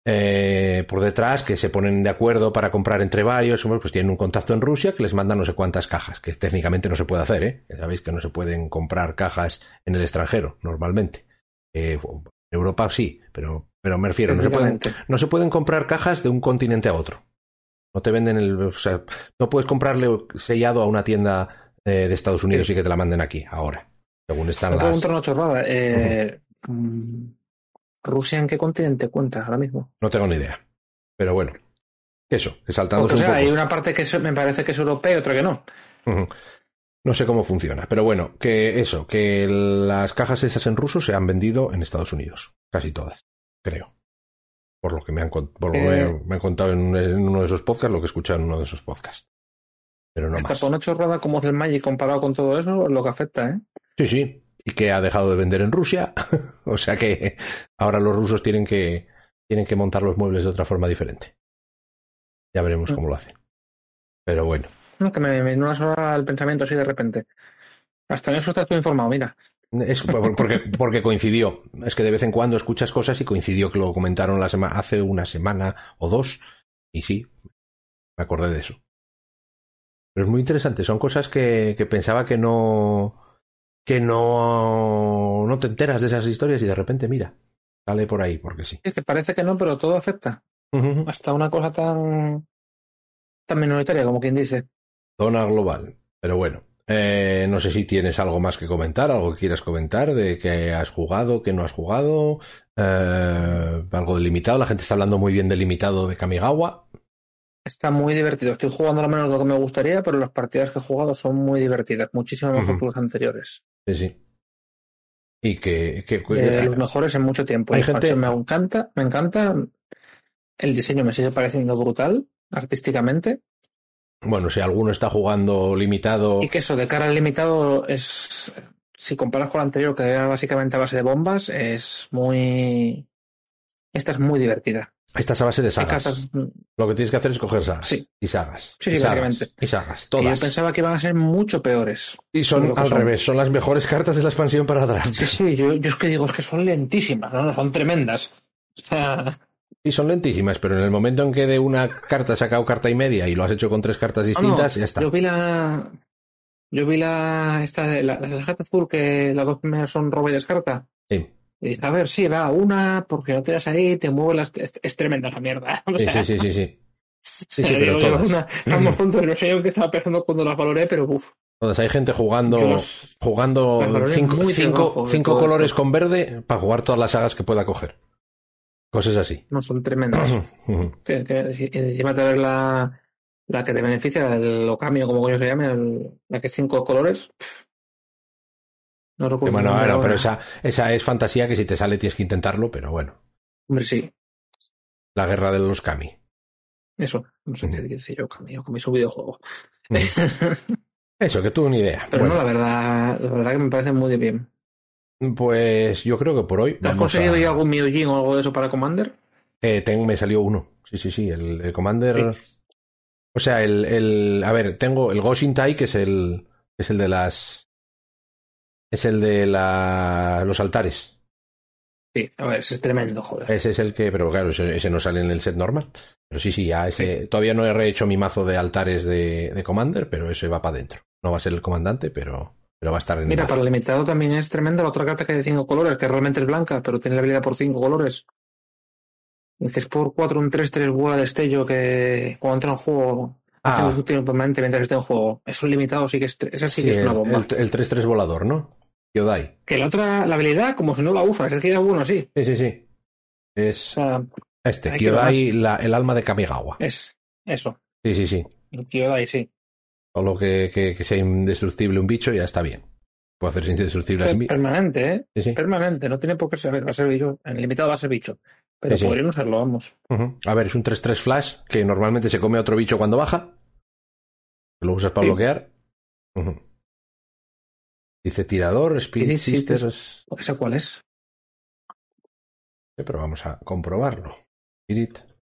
Eh, por detrás, que se ponen de acuerdo para comprar entre varios, pues tienen un contacto en Rusia que les manda no sé cuántas cajas, que técnicamente no se puede hacer, ¿eh? Ya sabéis que no se pueden comprar cajas en el extranjero, normalmente. Eh, en Europa sí, pero, pero me refiero, no se, pueden, no se pueden comprar cajas de un continente a otro. No te venden el... O sea, no puedes comprarle sellado a una tienda eh, de Estados Unidos sí. y que te la manden aquí, ahora. Según están Me las... pregunto una chorrada. Eh, uh-huh. ¿Rusia en qué continente cuenta ahora mismo? No tengo ni idea. Pero bueno, eso, que saltándose Porque, o sea, un poco. hay una parte que me parece que es europea y otra que no. Uh-huh. No sé cómo funciona, pero bueno, que eso, que las cajas esas en ruso se han vendido en Estados Unidos. Casi todas, creo. Por lo que me han, por lo que eh, me, me han contado en, en uno de esos podcasts, lo que he escuchado en uno de esos podcasts. Pero no Esta más. por una chorrada como es el Magic comparado con todo eso, es lo que afecta, ¿eh? Sí, sí. Y que ha dejado de vender en Rusia. O sea que ahora los rusos tienen que, tienen que montar los muebles de otra forma diferente. Ya veremos mm. cómo lo hacen. Pero bueno. No, que me vino una sola el pensamiento así de repente. Hasta en eso estás tú informado, mira. Es porque, porque coincidió. Es que de vez en cuando escuchas cosas y coincidió que lo comentaron la sema, hace una semana o dos. Y sí, me acordé de eso. Pero es muy interesante. Son cosas que, que pensaba que no... que no, no te enteras de esas historias y de repente, mira, sale por ahí, porque sí. Es que parece que no, pero todo afecta. Uh-huh. Hasta una cosa tan, tan minoritaria, como quien dice. Zona global. Pero bueno, Eh, no sé si tienes algo más que comentar, algo que quieras comentar de que has jugado, que no has jugado, eh, algo de limitado. La gente está hablando muy bien del limitado de Kamigawa. Está muy divertido. Estoy jugando a lo menos lo que me gustaría, pero las partidas que he jugado son muy divertidas. Muchísimo mejor Uh-huh. que los anteriores. Sí, sí. Y que... que De eh, los mejores en mucho tiempo. hay El gente... expansión me encanta, me encanta. El diseño me sigue pareciendo brutal, artísticamente. Bueno, si alguno está jugando limitado... Y que eso, de cara al limitado, es... Si comparas con el anterior, que era básicamente a base de bombas, es muy... Esta es muy divertida. Esta es a base de sagas. Cartas... Lo que tienes que hacer es coger sagas. Sí. Y sagas. Sí, y sí, sagas, básicamente. y sagas. Que Todas. yo pensaba que iban a ser mucho peores. Y son al son. revés. Son las mejores cartas de la expansión para draft. Sí, sí. Yo, yo es que digo, es que son lentísimas. No, no, son tremendas. O sea... Y son lentísimas, pero en el momento en que de una carta has sacado carta y media y lo has hecho con tres cartas distintas, no, no, ya está. Yo vi la... Yo vi la... Esta, la, la tarjeta azul, que las dos primeras son roba y descarta. Sí. Y dice, a ver, sí, va, una, porque no te das ahí, te mueve las... Es, es tremenda la mierda. O Sí, sea, sí, sí, sí, sí. Sí, sí, digo, pero digo, todas. Una, estamos tontos, no sé yo qué estaba pensando cuando las valoré, pero uff. Todas. Hay gente jugando Los, jugando cinco, cinco, cinco colores esto. con verde para jugar todas las sagas que pueda coger. Cosas así. No, son tremendas. que, que, encima te ves la, la que te beneficia, el Okami, o como coño se llame, el, la que es cinco colores. No recuerdo. Bueno, bueno, bueno, pero esa, esa es fantasía que si te sale tienes que intentarlo, pero bueno. Hombre, sí. La guerra de los Kami. Eso, no sé uh-huh. qué dice yo, Okami, Okami es un videojuego. Uh-huh. Eso, que tuve una idea. Pero bueno. no, la verdad, la verdad que me parece muy bien. Pues yo creo que por hoy. ¿Has conseguido a... ya algún Myojin o algo de eso para Commander? Eh, ten, me salió uno. Sí, sí, sí. El, el Commander. Sí. O sea, el, el. A ver, tengo el Goshintai, que es el. Es el de las. Es el de la, los altares. Sí, a ver, ese es tremendo, joder. Ese es el que. Pero claro, ese, ese no sale en el set normal. Pero sí, sí, ya ese. Sí. Todavía no he rehecho mi mazo de altares de, de Commander, pero ese va para adentro. No va a ser el comandante, pero. Pero va a estar en Mira, el para el limitado también es tremenda la otra carta que hay de cinco colores, que realmente es blanca, pero tiene la habilidad por cinco colores. El que es por cuatro, un tres tres bola de destello que cuando entra en juego ah. hace un tiempo permanente mientras esté en juego. Es un limitado, sí que es, esa sí, sí que es una bomba. El, el tres tres volador, ¿no? Kyodai. Que la otra, la habilidad, como si no la usas, es que ya bueno así. Sí, sí, sí. Es o sea, este, Kyodai, la, el alma de Kamigawa. Es, eso. Sí, sí, sí. El Kyodai, sí. Solo que, que, que sea indestructible un bicho ya está bien. Puede hacerse indestructible Pero así. Permanente, ¿eh? Sí, sí. Permanente, no tiene por qué ser, va a ser bicho. En el limitado va a ser bicho. Pero sí, podrían sí. usarlo, vamos. Uh-huh. A ver, es un tres tres flash que normalmente se come a otro bicho cuando baja. Lo usas para sí. bloquear. Uh-huh. Dice tirador, Spirit sí, sí, Sisters. Sí, ¿esa cuál es? Sí, pero vamos a comprobarlo. Spirit.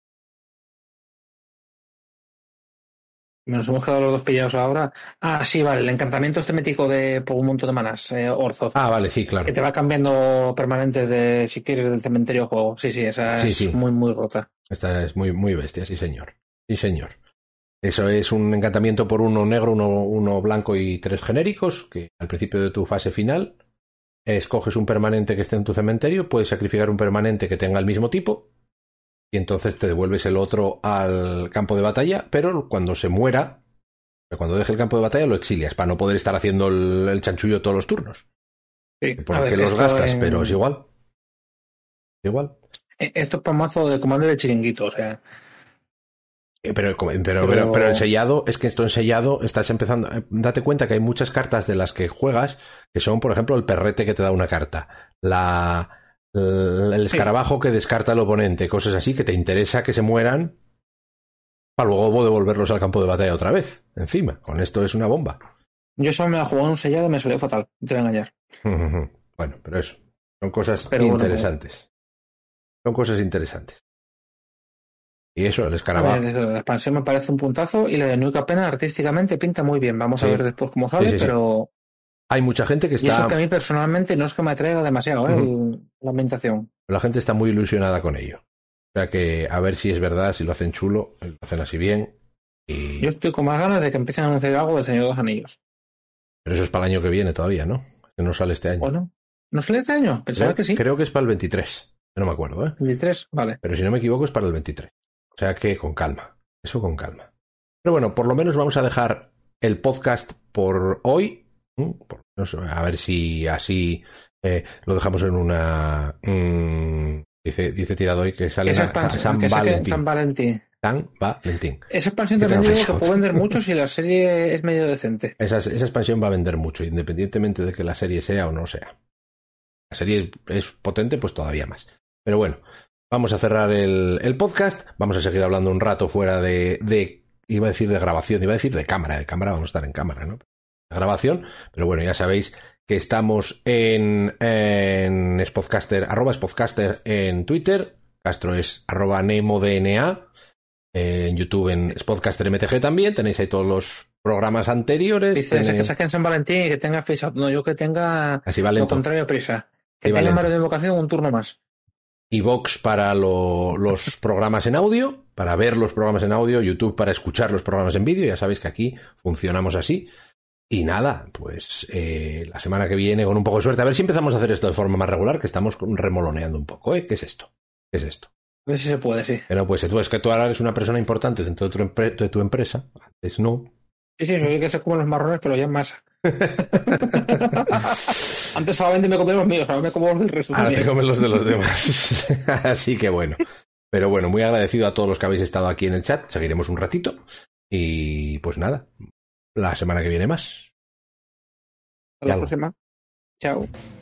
Nos hemos quedado los dos pillados ahora. Ah, sí, vale, el encantamiento este mítico de por un montón de manas, eh, Orzo. Ah, vale, sí, claro. Que te va cambiando permanentes de, si quieres, del cementerio juego. Sí, sí, esa sí, es sí. muy, muy rota. Esta es muy, muy bestia, sí, señor. Sí, señor. Eso es un encantamiento por uno negro, uno, uno blanco y tres genéricos, que al principio de tu fase final escoges un permanente que esté en tu cementerio, puedes sacrificar un permanente que tenga el mismo tipo, y entonces te devuelves el otro al campo de batalla, pero cuando se muera, cuando deje el campo de batalla lo exilias, para no poder estar haciendo el, el chanchullo todos los turnos. Sí, porque ver, los gastas, en... pero es igual. Igual. Esto es para mazo de comando de chiringuito, o sea... Pero, pero, pero, pero, pero el sellado, es que esto en sellado estás empezando. Date cuenta que hay muchas cartas de las que juegas que son, por ejemplo, el perrete que te da una carta, la, el, el escarabajo sí. que descarta el oponente, cosas así que te interesa que se mueran para luego devolverlos al campo de batalla otra vez. Encima, con esto es una bomba. Yo solo me la jugué en un sellado y me salió fatal, no te voy a engañar. Bueno, pero eso, son cosas pero interesantes. Bueno, son cosas interesantes. Y eso, el escarabajo. Ver, la expansión me parece un puntazo y la de Nuka Pena artísticamente pinta muy bien. Vamos sí. a ver después cómo sale, sí, sí, sí. pero... Hay mucha gente que está... Y eso que a mí personalmente no es que me atraiga demasiado, ¿eh? Uh-huh. el, la ambientación. La gente está muy ilusionada con ello. O sea que a ver si es verdad, si lo hacen chulo, lo hacen así bien. Y... Yo estoy con más ganas de que empiecen a anunciar algo del Señor de los Anillos. Pero eso es para el año que viene todavía, ¿no? Que no sale este año. Bueno, ¿no sale este año? Pensaba creo, que sí. Creo que es para el veintitrés. No me acuerdo, ¿eh? veintitrés, vale. Pero si no me equivoco es para el veintitrés. O sea que con calma. Eso con calma. Pero bueno, por lo menos vamos a dejar el podcast por hoy. Por, no sé, a ver si así eh, lo dejamos en una... Mmm, dice, dice Tirado hoy que sale Esa San, San, que Valentín. San Valentín. San Valentín. Esa expansión también digo que puede vender mucho si la serie es medio decente. Esa, esa expansión va a vender mucho, independientemente de que la serie sea o no sea. La serie es potente, pues todavía más. Pero bueno, vamos a cerrar el, el podcast. Vamos a seguir hablando un rato fuera de, de... Iba a decir de grabación, iba a decir de cámara. De cámara vamos a estar en cámara, ¿no? De grabación. Pero bueno, ya sabéis que estamos en, en Spodcaster, arroba Spodcaster en Twitter. Castro es arroba NemoDNA. En YouTube en Spodcaster M T G también. Tenéis ahí todos los programas anteriores. Dices tenéis... que saquen San Valentín y que tenga prisa. No, yo que tenga Así va lento. lo contrario, prisa. Que Así tenga más de invocación un turno más. Y Vox para lo, los programas en audio, para ver los programas en audio, YouTube para escuchar los programas en vídeo. Ya sabéis que aquí funcionamos así. Y nada, pues eh, la semana que viene, con un poco de suerte, a ver si empezamos a hacer esto de forma más regular, que estamos remoloneando un poco, ¿eh? ¿Qué es esto? ¿Qué es esto? A ver si se puede, sí. Pero pues tú es que tú ahora eres una persona importante dentro de tu, empre- de tu empresa. Antes no. Sí, sí, soy el que se come los marrones, pero ya en masa. Antes solamente me comía los míos, ahora me como los del resto. Ahora también. te comen los de los demás. Así que bueno. Pero bueno, muy agradecido a todos los que habéis estado aquí en el chat. Seguiremos un ratito. Y pues nada, la semana que viene más. Hasta la próxima. Chao.